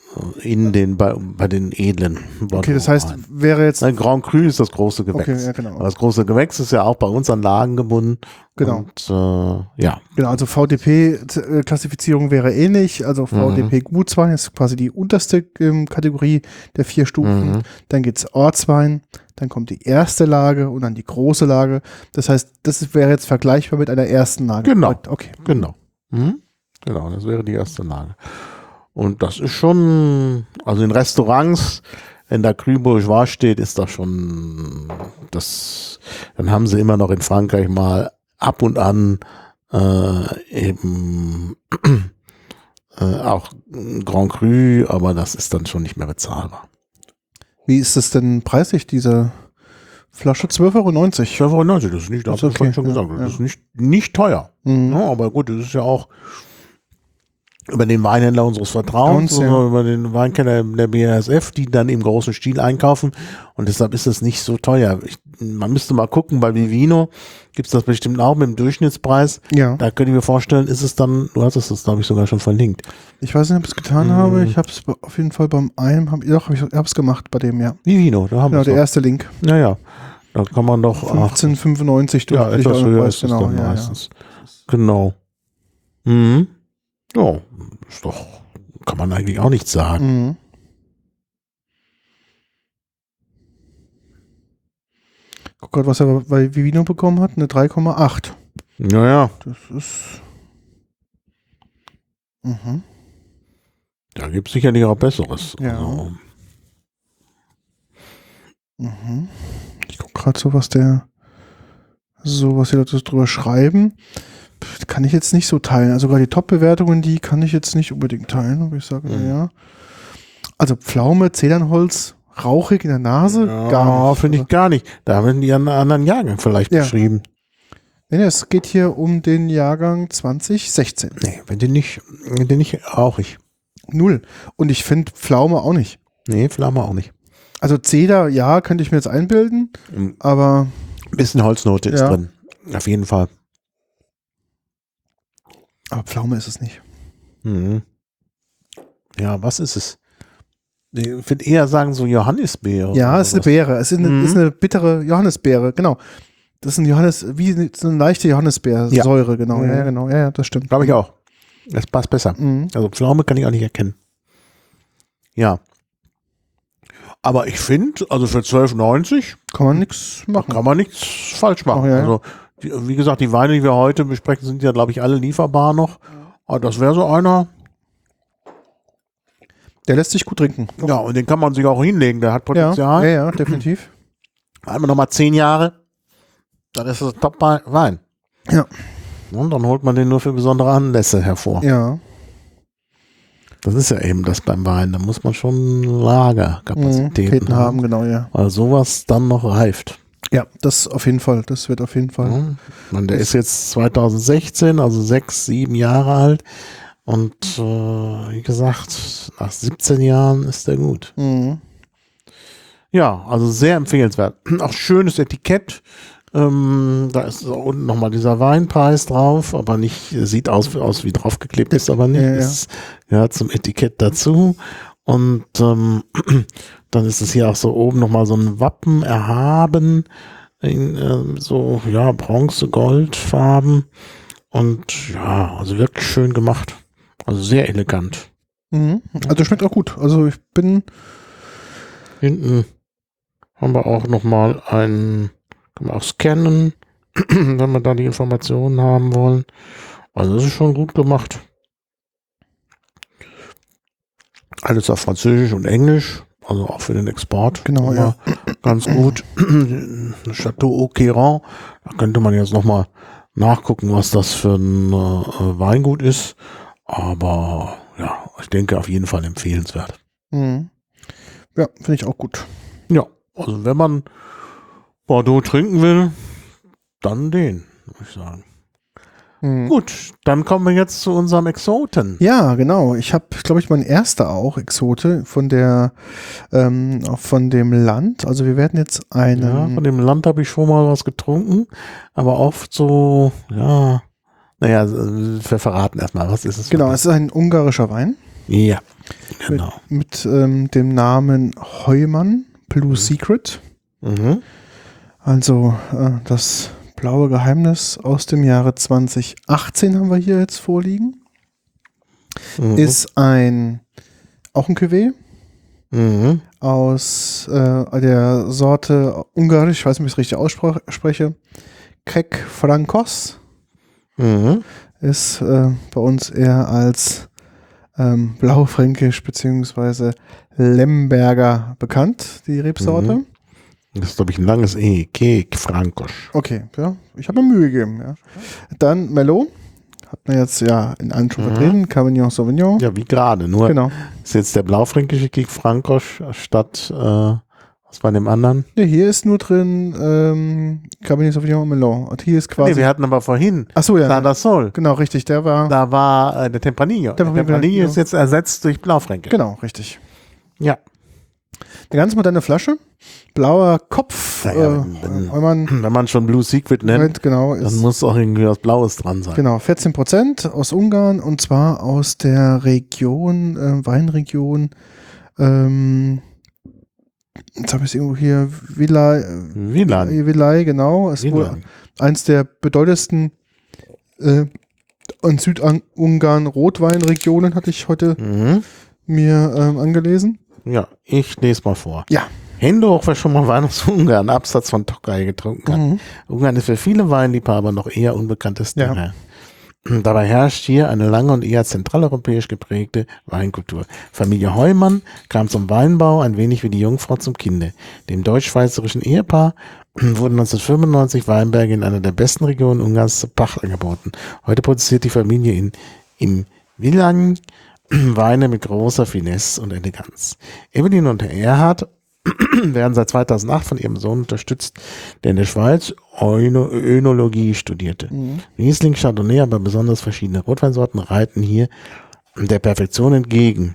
in den, bei, bei den edlen Bordeaux.
Okay, das heißt,
rein.
wäre jetzt.
Nein, Grand Cru ist das große Gewächs.
Okay, ja, genau.
Aber das große Gewächs ist ja auch bei uns an Lagen gebunden.
Genau.
Und, äh, ja.
Genau, also V D P-Klassifizierung wäre ähnlich. Also V D P
Mhm.
Gutswein ist quasi die unterste ähm, Kategorie der vier Stufen.
Mhm.
Dann geht es Ortswein, dann kommt die erste Lage und dann die große Lage. Das heißt, das wäre jetzt vergleichbar mit einer ersten Lage.
Genau.
Okay.
Genau. Mhm. Genau, das wäre die erste Lage. Und das ist schon, also in Restaurants, wenn da Cru Bourgeois steht, ist das schon, das, dann haben sie immer noch in Frankreich mal ab und an äh, eben äh, auch Grand Cru, aber das ist dann schon nicht mehr bezahlbar.
Wie ist das denn preislich, diese Flasche? zwölf Euro neunzig.
zwölf Euro neunzig, das ist nicht, das
Das
habe
ist
ich vorhin
okay,
schon
ja,
gesagt, das
ja.
ist nicht, nicht teuer.
Mhm.
Ja, aber gut, das ist ja auch über den Weinhändler unseres Vertrauens,
Uns, ja.
oder über den Weinkeller der B A S F, die dann im großen Stil einkaufen und deshalb ist es nicht so teuer. Ich, man müsste mal gucken, bei Vivino gibt es das bestimmt auch mit dem Durchschnittspreis.
Ja.
Da könnte ich mir vorstellen, ist es dann, du hast es das, glaube ich, sogar schon verlinkt.
Ich weiß nicht, ob ich es getan
Mhm.
habe. Ich habe es auf jeden Fall beim einen, hab, doch, ich habe es gemacht bei dem, ja.
Vivino, da haben
Genau, der
wir es
erste Link.
doch. Ja, ja, da kann man doch, ach,
fünfzehn fünfundneunzig
ja,
durch
etwas höher ist es
genau,
dann
ja,
meistens. Genau. Mhm. Ja, ist doch, kann man eigentlich auch nichts
ja.
sagen.
Mhm. Guck gerade, was er bei Vivino bekommen hat, eine drei Komma acht.
Naja,
Das ist. Mhm.
da gibt es sicherlich auch Besseres.
Ja.
Also,
Mhm. Ich gucke gerade so, was der, so was die Leute drüber schreiben. Pff, kann ich jetzt nicht so teilen. Also sogar die Top-Bewertungen, die kann ich jetzt nicht unbedingt teilen, aber ich sage,
Mhm.
naja. Also Pflaume, Zedernholz, rauchig in der Nase,
ja,
gar nicht.
finde ich gar nicht. Da haben die einen anderen Jahrgang vielleicht
Ja.
beschrieben.
Nee, nee, es geht hier um den Jahrgang zwanzig sechzehn.
Nee, wenn die nicht, wenn die nicht rauchig.
Null. Und ich finde Pflaume auch nicht.
Nee, Flamme auch nicht.
Also Zeder, ja, könnte ich mir jetzt einbilden,
Ein
aber
bisschen Holznote ist
Ja.
drin. Auf jeden Fall.
aber Pflaume ist es nicht.
Mhm. Ja, was ist es? Ich würde eher sagen, so Johannisbeere.
Ja,
oder
es ist eine
sowas.
Beere. Es ist eine,
Mhm.
ist eine bittere Johannisbeere, genau. Das ist ein Johannes, wie eine- so eine leichte Johannisbeersäure, genau.
Mhm.
Ja, ja, genau. Ja, ja, das stimmt.
Glaube ich auch. Das passt besser.
Mhm.
Also Pflaume kann ich auch nicht erkennen. Ja. Aber ich finde, also für zwölf neunzig
Kann man nichts machen.
kann man nichts falsch machen.
Ach, ja, ja.
Also, die, wie gesagt, die Weine, die wir heute besprechen, sind ja, glaube ich, alle lieferbar noch. Aber das wäre so einer,
Der lässt sich gut trinken.
ja, und den kann man sich auch hinlegen. Der hat
Ja, ja,
Potenzial.
ja, definitiv.
Einmal nochmal zehn Jahre, dann ist das ein Top-Wein.
Ja.
Und dann holt man den nur für besondere Anlässe hervor.
Ja.
Das ist ja eben das beim Wein. Da muss man schon
Mhm.
Lagerkapazitäten
Kapazitäten
haben,
haben, genau, ja.
weil sowas dann noch reift.
Ja, das auf jeden Fall. Das wird auf jeden Fall.
Ja. Man, der ist jetzt zwanzig sechzehn, also sechs, sieben Jahre alt. Und äh, wie gesagt, nach siebzehn Jahren ist der gut.
Mhm.
Ja, also sehr empfehlenswert. Auch schönes Etikett. Ähm, da ist so unten nochmal dieser Weinpreis drauf, aber nicht, sieht aus, aus wie draufgeklebt ist, aber nicht.
Ja, ja.
Ist, ja, zum Etikett dazu. Und ähm, dann ist es hier auch so oben nochmal so ein Wappen erhaben, in ähm, so, ja, Bronze, Goldfarben. Und ja, also wirklich schön gemacht. Also sehr elegant.
Mhm. Also schmeckt auch gut. Also ich bin,
Hinten haben wir auch nochmal ein, kann man auch scannen, wenn wir da die Informationen haben wollen. Also das ist schon gut gemacht. Alles auf Französisch und Englisch, also auch für den Export.
Genau,
immer ganz gut. Chateau Auqueran, da könnte man jetzt nochmal nachgucken, was das für ein äh, Weingut ist. Aber ja, ich denke auf jeden Fall empfehlenswert.
mhm. Ja, finde ich auch gut.
Ja, also wenn man Bordeaux trinken will, dann den, würde ich sagen.
Mhm.
Gut, dann kommen wir jetzt zu unserem Exoten.
Ja, genau. Ich habe, glaube ich, mein erster auch Exote von der, ähm, auch von dem Land. Also wir werden jetzt einen.
Ja, von dem Land habe ich schon mal was getrunken, aber oft so, ja, naja, wir verraten erstmal, was ist es?
Genau, es ist ein ungarischer Wein.
Ja, genau.
Mit, mit ähm, dem Namen Heumann Blue Secret.
Mhm.
Also äh, das blaue Geheimnis aus dem Jahre zwanzig achtzehn haben wir hier jetzt vorliegen.
Mhm.
Ist ein, auch ein Cuvée
Mhm.
aus äh, der Sorte Ungarisch, ich weiß nicht, wie ich es richtig ausspreche, Kek Frankos.
Mhm.
Ist äh, bei uns eher als ähm, Blaufränkisch bzw. Lemberger bekannt, die Rebsorte.
Mhm. Das ist, glaube ich, ein langes E. Kek Frankosch.
Okay, ja, ich habe mir Mühe gegeben. Ja. Dann Merlot, hat man jetzt ja in allen schon
Mhm.
vertreten, Cabernet Sauvignon.
Ja, wie gerade. Nur
Genau.
ist jetzt der blaufränkische Kek Frankosch statt, äh, was war dem anderen?
Ja, hier ist nur drin ähm, Cabernet Sauvignon und Merlot. Und hier ist quasi.
Nee, wir hatten aber vorhin
Achso, ja.
Sada Sol.
Genau, richtig, der war.
Da war äh, der Tempranillo. Der
Tempranillo,
Tempranillo ist
ja.
jetzt ersetzt durch Blaufränkisch.
Genau, richtig.
Ja.
Eine ganz moderne Flasche. Blauer Kopf.
Ja, ja,
äh,
wenn-
wenn man
Wenn man schon Blue Secret nennt,
genau,
dann
ist,
muss auch irgendwie was Blaues dran sein.
genau, vierzehn Prozent aus Ungarn und zwar aus der Region, äh, Weinregion, ähm, jetzt habe ich es irgendwo hier, Villai,
Wieland.
Villai, genau, ist wohl
Wieland.
eins der bedeutendsten äh, in Südungarn Rotweinregionen, hatte ich heute
Mhm.
mir ähm, angelesen.
Ja, ich lese mal vor.
Ja.
Hände hoch, wer schon mal Wein aus Ungarn, Absatz von Tokai getrunken hat.
Mhm.
Ungarn ist für viele Weinliebhaber noch eher unbekanntes
Ja.
Terrain. Dabei herrscht hier eine lange und eher zentraleuropäisch geprägte Weinkultur. Familie Heumann kam zum Weinbau ein wenig wie die Jungfrau zum Kinde. Dem deutsch-schweizerischen Ehepaar wurden neunzehnhundertfünfundneunzig Weinberge in einer der besten Regionen Ungarns zur Pacht angeboten. Heute produziert die Familie in, im Villany Weine mit großer Finesse und Eleganz. Evelyn und Erhard werden seit zweitausendacht von ihrem Sohn unterstützt, der in der Schweiz Öno Önologie studierte.
Mhm.
Riesling, Chardonnay, aber besonders verschiedene Rotweinsorten reiten hier der Perfektion entgegen.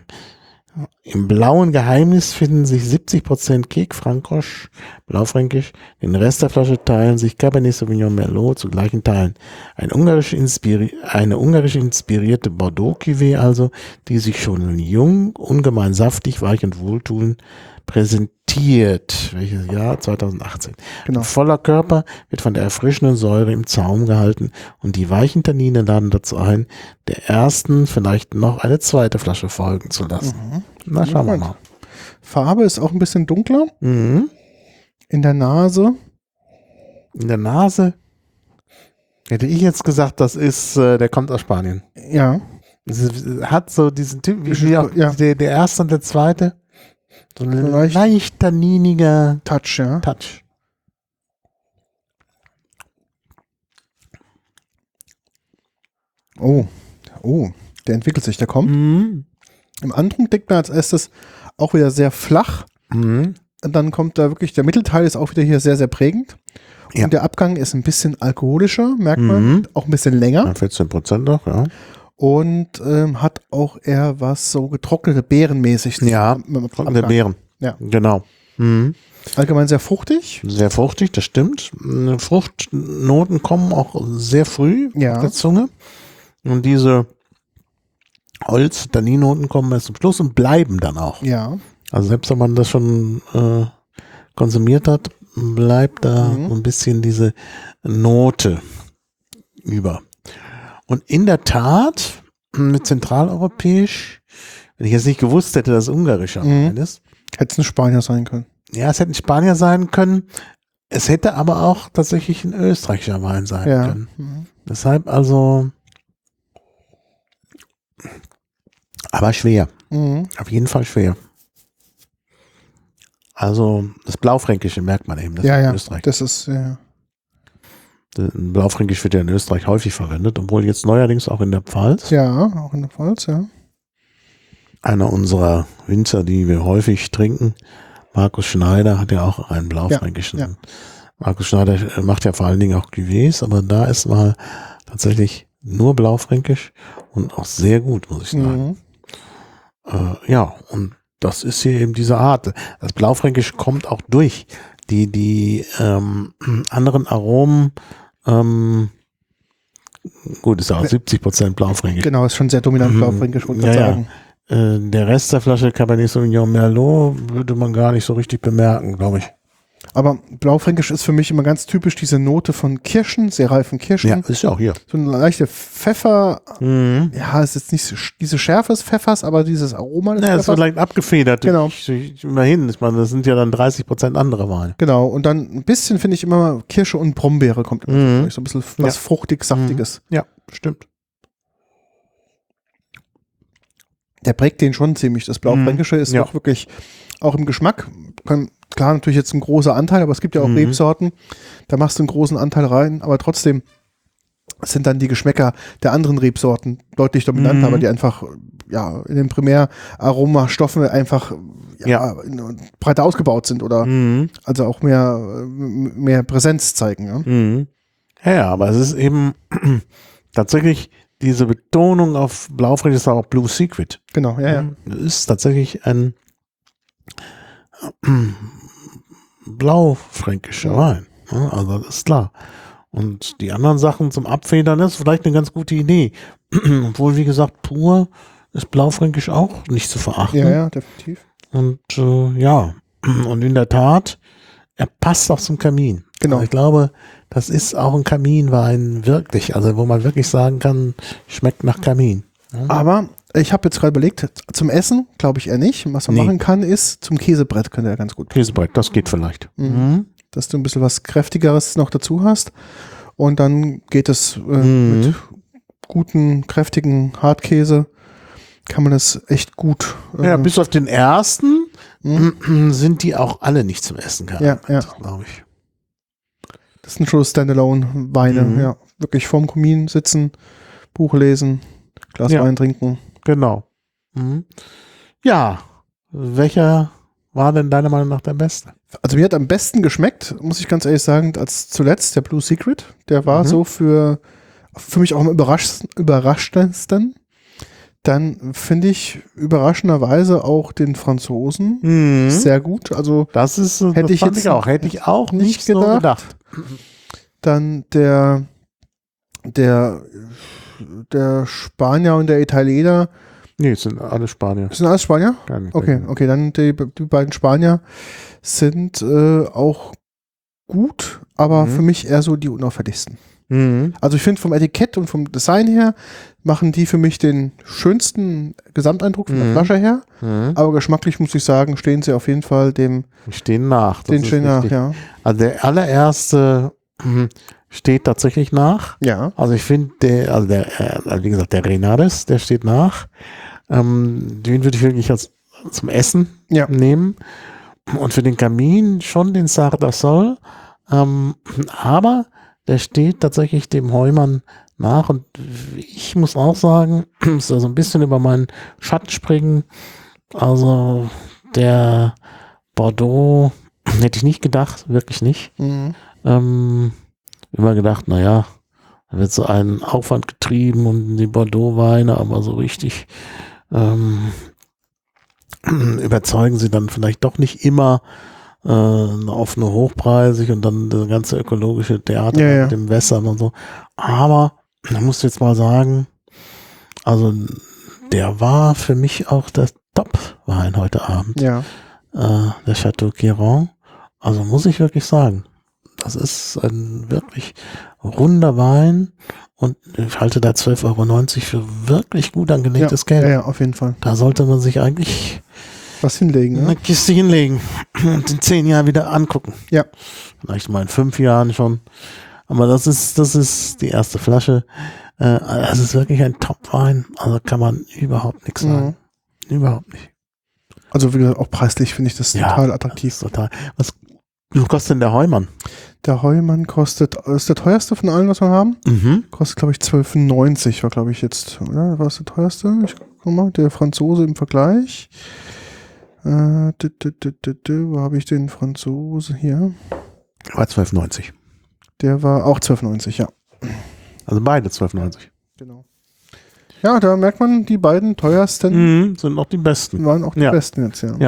Im blauen Geheimnis finden sich siebzig Prozent Kek Frankosch, Blaufränkisch. Den Rest der Flasche teilen sich Cabernet Sauvignon Merlot zu gleichen Teilen. Ein ungarisch inspiri eine ungarisch inspirierte Bordeaux-Cuvée also, die sich schon jung, ungemein saftig, weich und wohltuend präsentiert. Welches Jahr? zweitausendachtzehn.
Genau.
Ein voller Körper wird von der erfrischenden Säure im Zaum gehalten und die weichen Tannine laden dazu ein, der ersten vielleicht noch eine zweite Flasche folgen zu lassen.
Mhm.
Na, schauen wir mal.
Farbe ist auch ein bisschen dunkler.
Mhm.
In der Nase.
In der Nase hätte ich jetzt gesagt, das ist, äh, der kommt aus Spanien.
Ja.
Es ist- hat so diesen Typ, wie,
Bisschen
wie auch
ja.
der, der erste und der zweite. So ein
So leicht-
leicht tanniniger
Touch, ja.
Touch.
Oh. Oh. Der entwickelt sich, der kommt.
Mhm.
Im Antrunk denkt man als erstes auch wieder sehr flach.
Mhm.
Und dann kommt da wirklich, der Mittelteil ist auch wieder hier sehr, sehr prägend. Und
Ja.
der Abgang ist ein bisschen alkoholischer, merkt man.
Mhm.
Auch ein bisschen länger.
Ja, vierzehn Prozent doch, ja.
Und ähm, hat auch eher was so getrocknete Beerenmäßig.
Ja,
am- am
trockene
Abgang.
Beeren.
Ja.
Genau. Mhm.
Allgemein sehr fruchtig.
Sehr fruchtig, das stimmt. Mm, Fruchtnoten kommen auch sehr früh
Ja.
auf der Zunge. Und diese Holz-Tanninoten kommen erst zum Schluss und bleiben dann auch.
Ja.
Also selbst wenn man das schon äh, konsumiert hat, bleibt da
Mhm.
so ein bisschen diese Note über. Und in der Tat, mit zentraleuropäisch, wenn ich jetzt nicht gewusst hätte, dass es ungarischer
Mhm.
Wein ist,
Hätte es ein Spanier sein können.
ja, es hätten Spanier sein können, es hätte aber auch tatsächlich ein österreichischer Wein sein
Ja.
können.
Mhm.
Deshalb also, aber schwer,
Mhm.
auf jeden Fall schwer. Also das Blaufränkische merkt man eben, das
Ja,
ist in
ja.
Österreich.
Das ist, ja.
Blaufränkisch wird ja in Österreich häufig verwendet, obwohl jetzt neuerdings auch in der Pfalz.
Ja, auch in der Pfalz, ja.
Einer unserer Winzer, die wir häufig trinken, Markus Schneider, hat ja auch einen blaufränkischen.
Ja, ja.
Markus Schneider macht ja vor allen Dingen auch Cuvées, aber da ist mal tatsächlich nur blaufränkisch und auch sehr gut, muss ich sagen.
Mhm.
Äh, ja, und das ist hier eben diese Art. Das Blaufränkisch kommt auch durch. Die, die ähm, anderen Aromen, ähm, gut, ist ja auch siebzig Prozent Blaufränkisch.
Genau, ist schon sehr dominant
Mhm.
Blaufränkisch, wollte ich
Ja,
gerade
ja.
sagen.
äh, der Rest der Flasche Cabernet Sauvignon Merlot würde man gar nicht so richtig bemerken, glaube ich.
Aber Blaufränkisch ist für mich immer ganz typisch diese Note von Kirschen, sehr reifen Kirschen.
Ja, ist ja auch hier.
So eine leichte Pfeffer,
Mhm.
ja, es ist jetzt nicht so, diese Schärfe des Pfeffers, aber dieses Aroma des
Ja, es wird
Pfeffers.
leicht abgefedert.
Genau.
Ich, ich, immerhin, ich meine, das sind ja dann dreißig Prozent andere Weine.
Genau, und dann ein bisschen finde ich immer Kirsche und Brombeere kommt immer
Mhm.
durch, so ein bisschen was
Ja.
fruchtig, saftiges.
Ja, stimmt.
Der prägt den schon ziemlich. Das Blaufränkische ist
Ja.
auch wirklich, auch im Geschmack, kann, klar natürlich jetzt ein großer Anteil, aber es gibt ja auch
Mhm.
Rebsorten, da machst du einen großen Anteil rein, aber trotzdem sind dann die Geschmäcker der anderen Rebsorten deutlich dominanter,
Mhm.
weil die einfach ja in den Primäraromastoffe einfach ja,
Ja.
in- breiter ausgebaut sind oder
Mhm.
also auch mehr, äh, mehr Präsenz zeigen. Ja?
Mhm. Ja, ja, aber es ist eben tatsächlich diese Betonung auf Blaufränkisch ist auch Blue Secret.
Genau, ja, ja.
Das ist tatsächlich ein blaufränkischer
Ja.
Wein. Ja, also das ist klar. Und die anderen Sachen zum Abfedern ist vielleicht eine ganz gute Idee. Obwohl, wie gesagt, pur ist Blaufränkisch auch nicht zu verachten.
Ja, ja, definitiv.
Und äh, ja, und in der Tat, er passt auch zum Kamin.
Genau.
Also ich glaube, das ist auch ein Kaminwein wirklich, also wo man wirklich sagen kann, schmeckt nach Kamin. Ja.
Aber ich habe jetzt gerade überlegt, zum Essen glaube ich eher nicht. Was man
Nee.
machen kann, ist zum Käsebrett könnte er ganz gut.
Käsebrett, das geht vielleicht.
Mhm. Dass du ein bisschen was Kräftigeres noch dazu hast. Und dann geht es äh,
Mhm.
mit guten, kräftigen Hartkäse. Kann man das echt gut. Äh,
Ja, bis auf den ersten
Mhm.
sind die auch alle nicht zum Essen geeignet,
Ja, ja.
glaube ich.
das sind schon Standalone-Weine.
Mhm.
Ja, wirklich vorm Kamin sitzen, Buch lesen, Glas
Ja.
Wein trinken.
Genau. Mhm. Ja, welcher war denn deiner Meinung nach der beste?
Also mir hat am besten geschmeckt, muss ich ganz ehrlich sagen, als zuletzt der Blue Secret. Der war
Mhm.
so für, für mich auch am überraschendsten. überraschendsten. Dann finde ich überraschenderweise auch den Franzosen
Mhm.
sehr gut. Also
Das ist, äh,
Hätte
das
ich
fand
jetzt
ich auch, hätte ich auch
nicht
nicht so
gedacht.
gedacht.
dann der, der, der Spanier und der Italiener.
Nee, es sind alle Spanier.
Sind alles Spanier?
Gar nicht
Okay,
Belgier.
okay, dann die, die beiden Spanier sind äh, auch gut, aber
Mhm.
für mich eher so die unauffälligsten.
Mhm.
Also ich finde vom Etikett und vom Design her machen die für mich den schönsten Gesamteindruck von der
Mhm.
Flasche her,
Mhm.
aber geschmacklich muss ich sagen, stehen sie auf jeden Fall dem,
Die stehen nach. das
den
ist
stehen nach,
richtig.
ja.
Also der allererste mhm, steht tatsächlich nach.
Ja,
Also ich finde, der, also der, äh, also wie gesagt, der Renares, der steht nach. Ähm, den würde ich wirklich als zum Essen
ja,
nehmen. Und für den Kamin schon den Sardasol. Ähm, aber der steht tatsächlich dem Heumann nach. Und ich muss auch sagen, ist da so ein bisschen über meinen Schatten springen. Also der Bordeaux hätte ich nicht gedacht, wirklich nicht.
mhm.
Ähm, immer gedacht, naja, da wird so ein Aufwand getrieben und die Bordeaux-Weine, aber so richtig ähm, überzeugen sie dann vielleicht doch nicht immer äh, auf eine hochpreisig und dann das ganze ökologische Theater
Ja, ja.
mit dem Wässern und so. Aber da musst du jetzt mal sagen, also der war für mich auch der Top-Wein heute Abend,
ja,
äh, der Chateau Quiron. Also muss ich wirklich sagen, das ist ein wirklich runder Wein und ich halte da zwölf Euro neunzig für wirklich gut angelegtes
ja,
Geld.
ja, ja, auf jeden Fall.
Da sollte man sich eigentlich
Was hinlegen,
eine
ne?
Kiste hinlegen und in zehn Jahren wieder angucken.
Ja.
Vielleicht mal in fünf Jahren schon. Aber das ist, das ist die erste Flasche. Äh, das ist wirklich ein Top-Wein. Also kann man überhaupt nichts sagen. Überhaupt nicht.
Also wie gesagt, auch preislich finde ich das
Ja,
total
Das
attraktiv.
ist total. Was kostet denn der Heumann?
Der Heumann kostet, ist der teuerste von allen, was wir haben.
Mhm.
Kostet, glaube ich, zwölf neunzig war, glaube ich, jetzt, oder? War es der teuerste? Ich guck mal, der Franzose im Vergleich. Äh, dü, dü, dü, dü, dü, wo habe ich den Franzose hier?
War zwölf neunzig.
Der war auch zwölf neunzig, ja.
Also beide zwölf neunzig.
Genau. Ja, da merkt man, die beiden teuersten
Mhm, sind noch die besten.
waren auch die
Ja.
besten jetzt, ja.
Ja.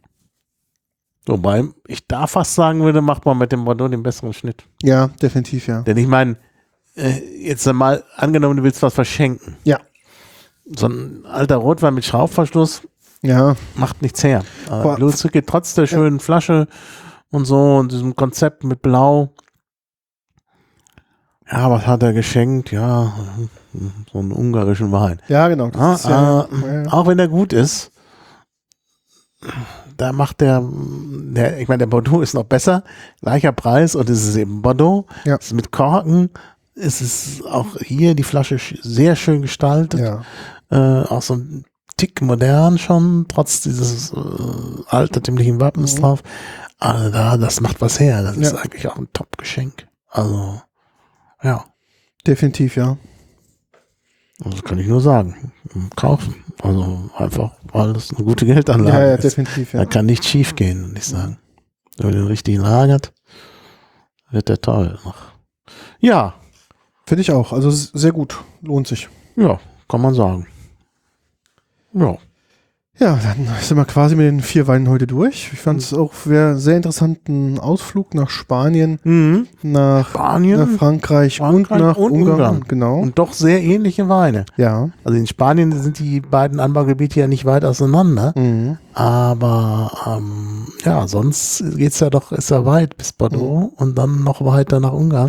Wobei ich da fast sagen würde, macht man mit dem Bordeaux den besseren Schnitt.
Ja, definitiv, ja.
Denn ich meine, äh, jetzt mal angenommen, du willst was verschenken.
Ja.
so ein alter Rotwein mit Schraubverschluss
Ja,
macht nichts her.
Boah.
Äh, Louis geht trotz der schönen Flasche und so und diesem Konzept mit Blau. Ja, was hat er geschenkt? Ja, so einen ungarischen Wein.
ja, genau. Das
Ah,
ist ja,
äh,
ja,
Auch wenn er gut ist, da macht der, der, ich meine, der Bordeaux ist noch besser, gleicher Preis und es ist eben Bordeaux.
Ja.
Es ist mit Korken, es ist auch hier die Flasche sch- sehr schön gestaltet,
ja.
äh, auch so ein Tick modern schon, trotz dieses äh, altertümlichen Wappens
Mhm.
drauf. Also da, das macht was her, das ist
Ja.
eigentlich auch ein Top-Geschenk. Also, ja.
Definitiv, ja.
Das kann ich nur sagen. Kaufen. Also einfach, weil das eine gute Geldanlage
Ja, ja,
ist.
definitiv, ja.
Da kann nichts schief gehen, würde ich sagen. Wenn man den richtigen lagert, wird der toll. Ja,
Finde ich auch. Also s- sehr gut. Lohnt sich.
ja, kann man sagen. Ja.
Ja, dann sind wir quasi mit den vier Weinen heute durch. Ich fand es auch einen sehr interessanten Ausflug nach Spanien,
Mhm.
nach,
Spanien
nach Frankreich,
Frankreich
und nach
und
Ungarn.
Ungarn.
Genau.
und doch sehr ähnliche Weine.
Ja.
Also in Spanien sind die beiden Anbaugebiete ja nicht weit auseinander,
Mhm.
aber ähm, ja, sonst geht's ja doch, ist ja weit bis Bordeaux und dann noch weiter nach Ungarn.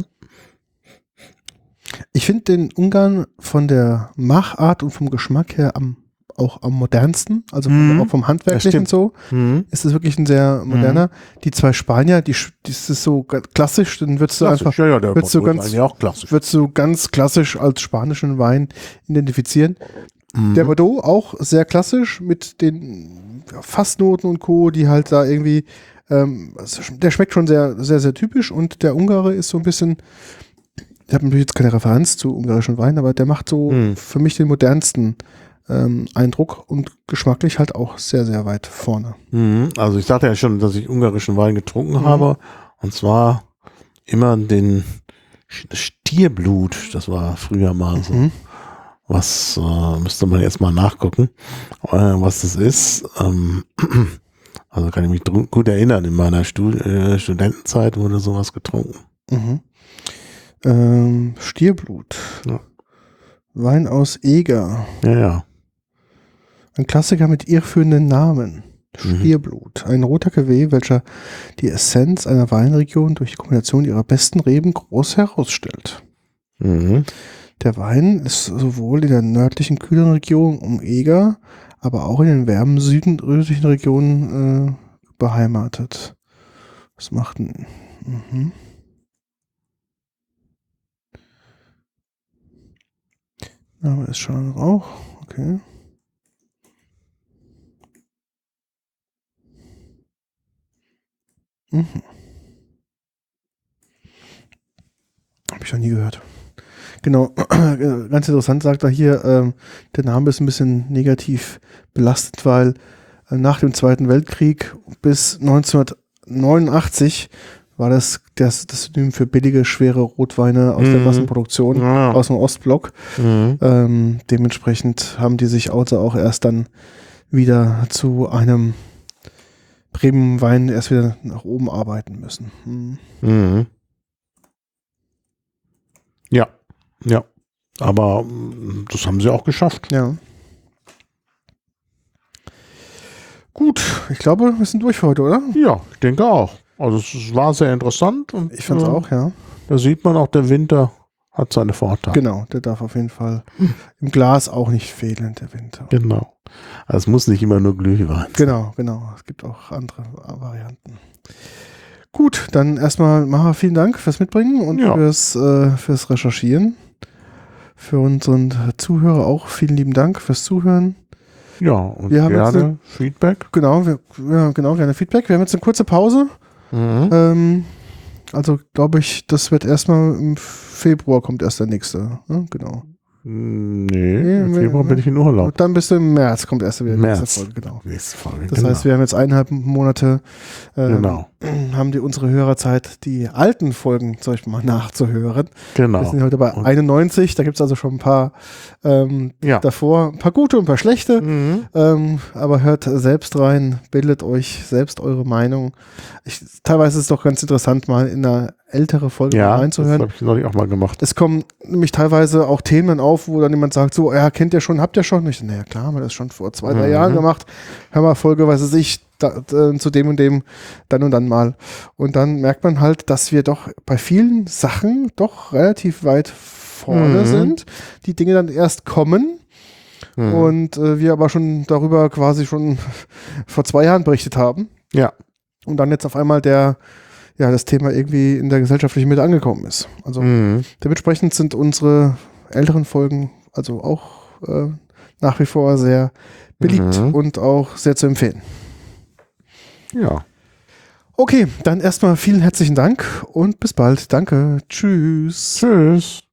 Ich finde den Ungarn von der Machart und vom Geschmack her am, auch am modernsten, also vom,
Mhm.
auch vom Handwerklichen
stimmt.
so,
Mhm.
ist es wirklich ein sehr moderner. Die zwei Spanier, die, sch- das ist so ga- klassisch, dann würdest du einfach,
ja, ja, der
würdest du
Bordeaux ist
ganz-
eigentlich auch klassisch.
würdest du ganz klassisch als spanischen Wein identifizieren.
Mhm.
Der Bordeaux auch sehr klassisch mit den ja, Fassnoten und Co., die halt da irgendwie, ähm, es sch- der schmeckt schon sehr, sehr, sehr typisch und der Ungare ist so ein bisschen, ich habe natürlich jetzt keine Referenz zu ungarischen Wein, aber der macht so
Mhm.
für mich den modernsten ähm, Eindruck und geschmacklich halt auch sehr, sehr weit vorne.
Mhm. Also ich sagte ja schon, dass ich ungarischen Wein getrunken
Mhm.
habe und zwar immer den Sch- Stierblut, das war früher mal so.
Mhm.
Was äh, müsste man jetzt mal nachgucken, äh, was das ist. Ähm, also kann ich mich dr- gut erinnern, in meiner Stu äh, Studentenzeit wurde sowas getrunken.
Mhm. Ähm, Stierblut.
Ja.
Wein aus Eger.
Ja, ja.
Ein Klassiker mit irreführenden Namen.
Mhm.
Stierblut. Ein roter Cuvée, welcher die Essenz einer Weinregion durch die Kombination ihrer besten Reben groß herausstellt.
Mhm.
Der Wein ist sowohl in der nördlichen, kühlen Region um Eger, aber auch in den wärmen südlichen Regionen äh, beheimatet. Was macht denn? Mhm. Name ist schon Rauch. Okay. Mhm. Habe ich noch nie gehört. Genau, ganz interessant sagt er hier, ähm, der Name ist ein bisschen negativ belastet, weil äh, nach dem Zweiten Weltkrieg bis neunzehnhundertneunundachtzig war das das, das Synonym für billige, schwere Rotweine aus der
Mhm.
Massenproduktion
Ja.
aus dem Ostblock.
Mhm.
Ähm, dementsprechend haben die sich also auch erst dann wieder zu einem Premium-Wein erst wieder nach oben arbeiten müssen. Hm.
Mhm. Ja, ja. Aber mm, das haben sie auch geschafft.
Ja. Gut, ich glaube, wir sind durch für heute, oder?
Ja, ich denke auch. Also es war sehr interessant. Und,
Ich fand es
äh,
auch, ja.
Da sieht man auch, der Winter hat seine Vorteile.
Genau, der darf auf jeden Fall im Glas auch nicht fehlen, der Winter.
Genau. Also es muss nicht immer nur Glühwein sein.
Genau, genau. Es gibt auch andere Varianten. Gut, dann erstmal, Maha, vielen Dank fürs Mitbringen und
Ja.
fürs, äh, fürs Recherchieren. Für unseren Zuhörer auch vielen lieben Dank fürs Zuhören.
Ja, und
Wir haben jetzt
gerne Feedback.
Genau, wir, ja, genau, gerne Feedback. Wir haben jetzt eine kurze Pause.
Mhm.
Ähm, also glaube ich, das wird erstmal im Februar kommt erst der nächste. Ne? Genau.
Nee, im
Nee,
Februar
nee.
bin ich in Urlaub.
Und dann bis im März kommt erst wieder die
März.
nächste Folge. Genau.
Nächste Folge,
Das
genau.
heißt, wir haben jetzt eineinhalb Monate ähm,
Genau.
haben die unsere Hörer Zeit, die alten Folgen zum Beispiel mal nachzuhören.
Genau.
Wir sind heute bei einundneunzig, da gibt es also schon ein paar ähm,
ja.
davor, ein paar gute und ein paar schlechte.
Mhm.
Ähm, aber hört selbst rein, bildet euch selbst eure Meinung. Ich, teilweise ist es doch ganz interessant, mal in eine ältere Folge
Ja,
mal
das
reinzuhören.
habe ich neulich auch mal gemacht.
Es kommen nämlich teilweise auch Themen auf, wo dann jemand sagt, so, ja, kennt ihr schon, habt ihr schon? Und ich, naja, klar, haben wir das schon vor zwei, drei
Mhm.
Jahren gemacht. Haben wir Folge, weiß ich, ich, da, da, zu dem und dem, dann und dann mal. Und dann merkt man halt, dass wir doch bei vielen Sachen doch relativ weit vorne
Mhm.
sind. Die Dinge dann erst kommen.
Mhm.
Und äh, wir aber schon darüber quasi schon vor zwei Jahren berichtet haben.
Ja.
Und dann jetzt auf einmal der ja, das Thema irgendwie in der gesellschaftlichen Mitte angekommen ist. Also
Mhm.
dementsprechend sind unsere älteren Folgen also auch äh, nach wie vor sehr beliebt
Mhm.
und auch sehr zu empfehlen.
Ja.
Okay, dann erstmal vielen herzlichen Dank und bis bald. Danke. Tschüss.
Tschüss.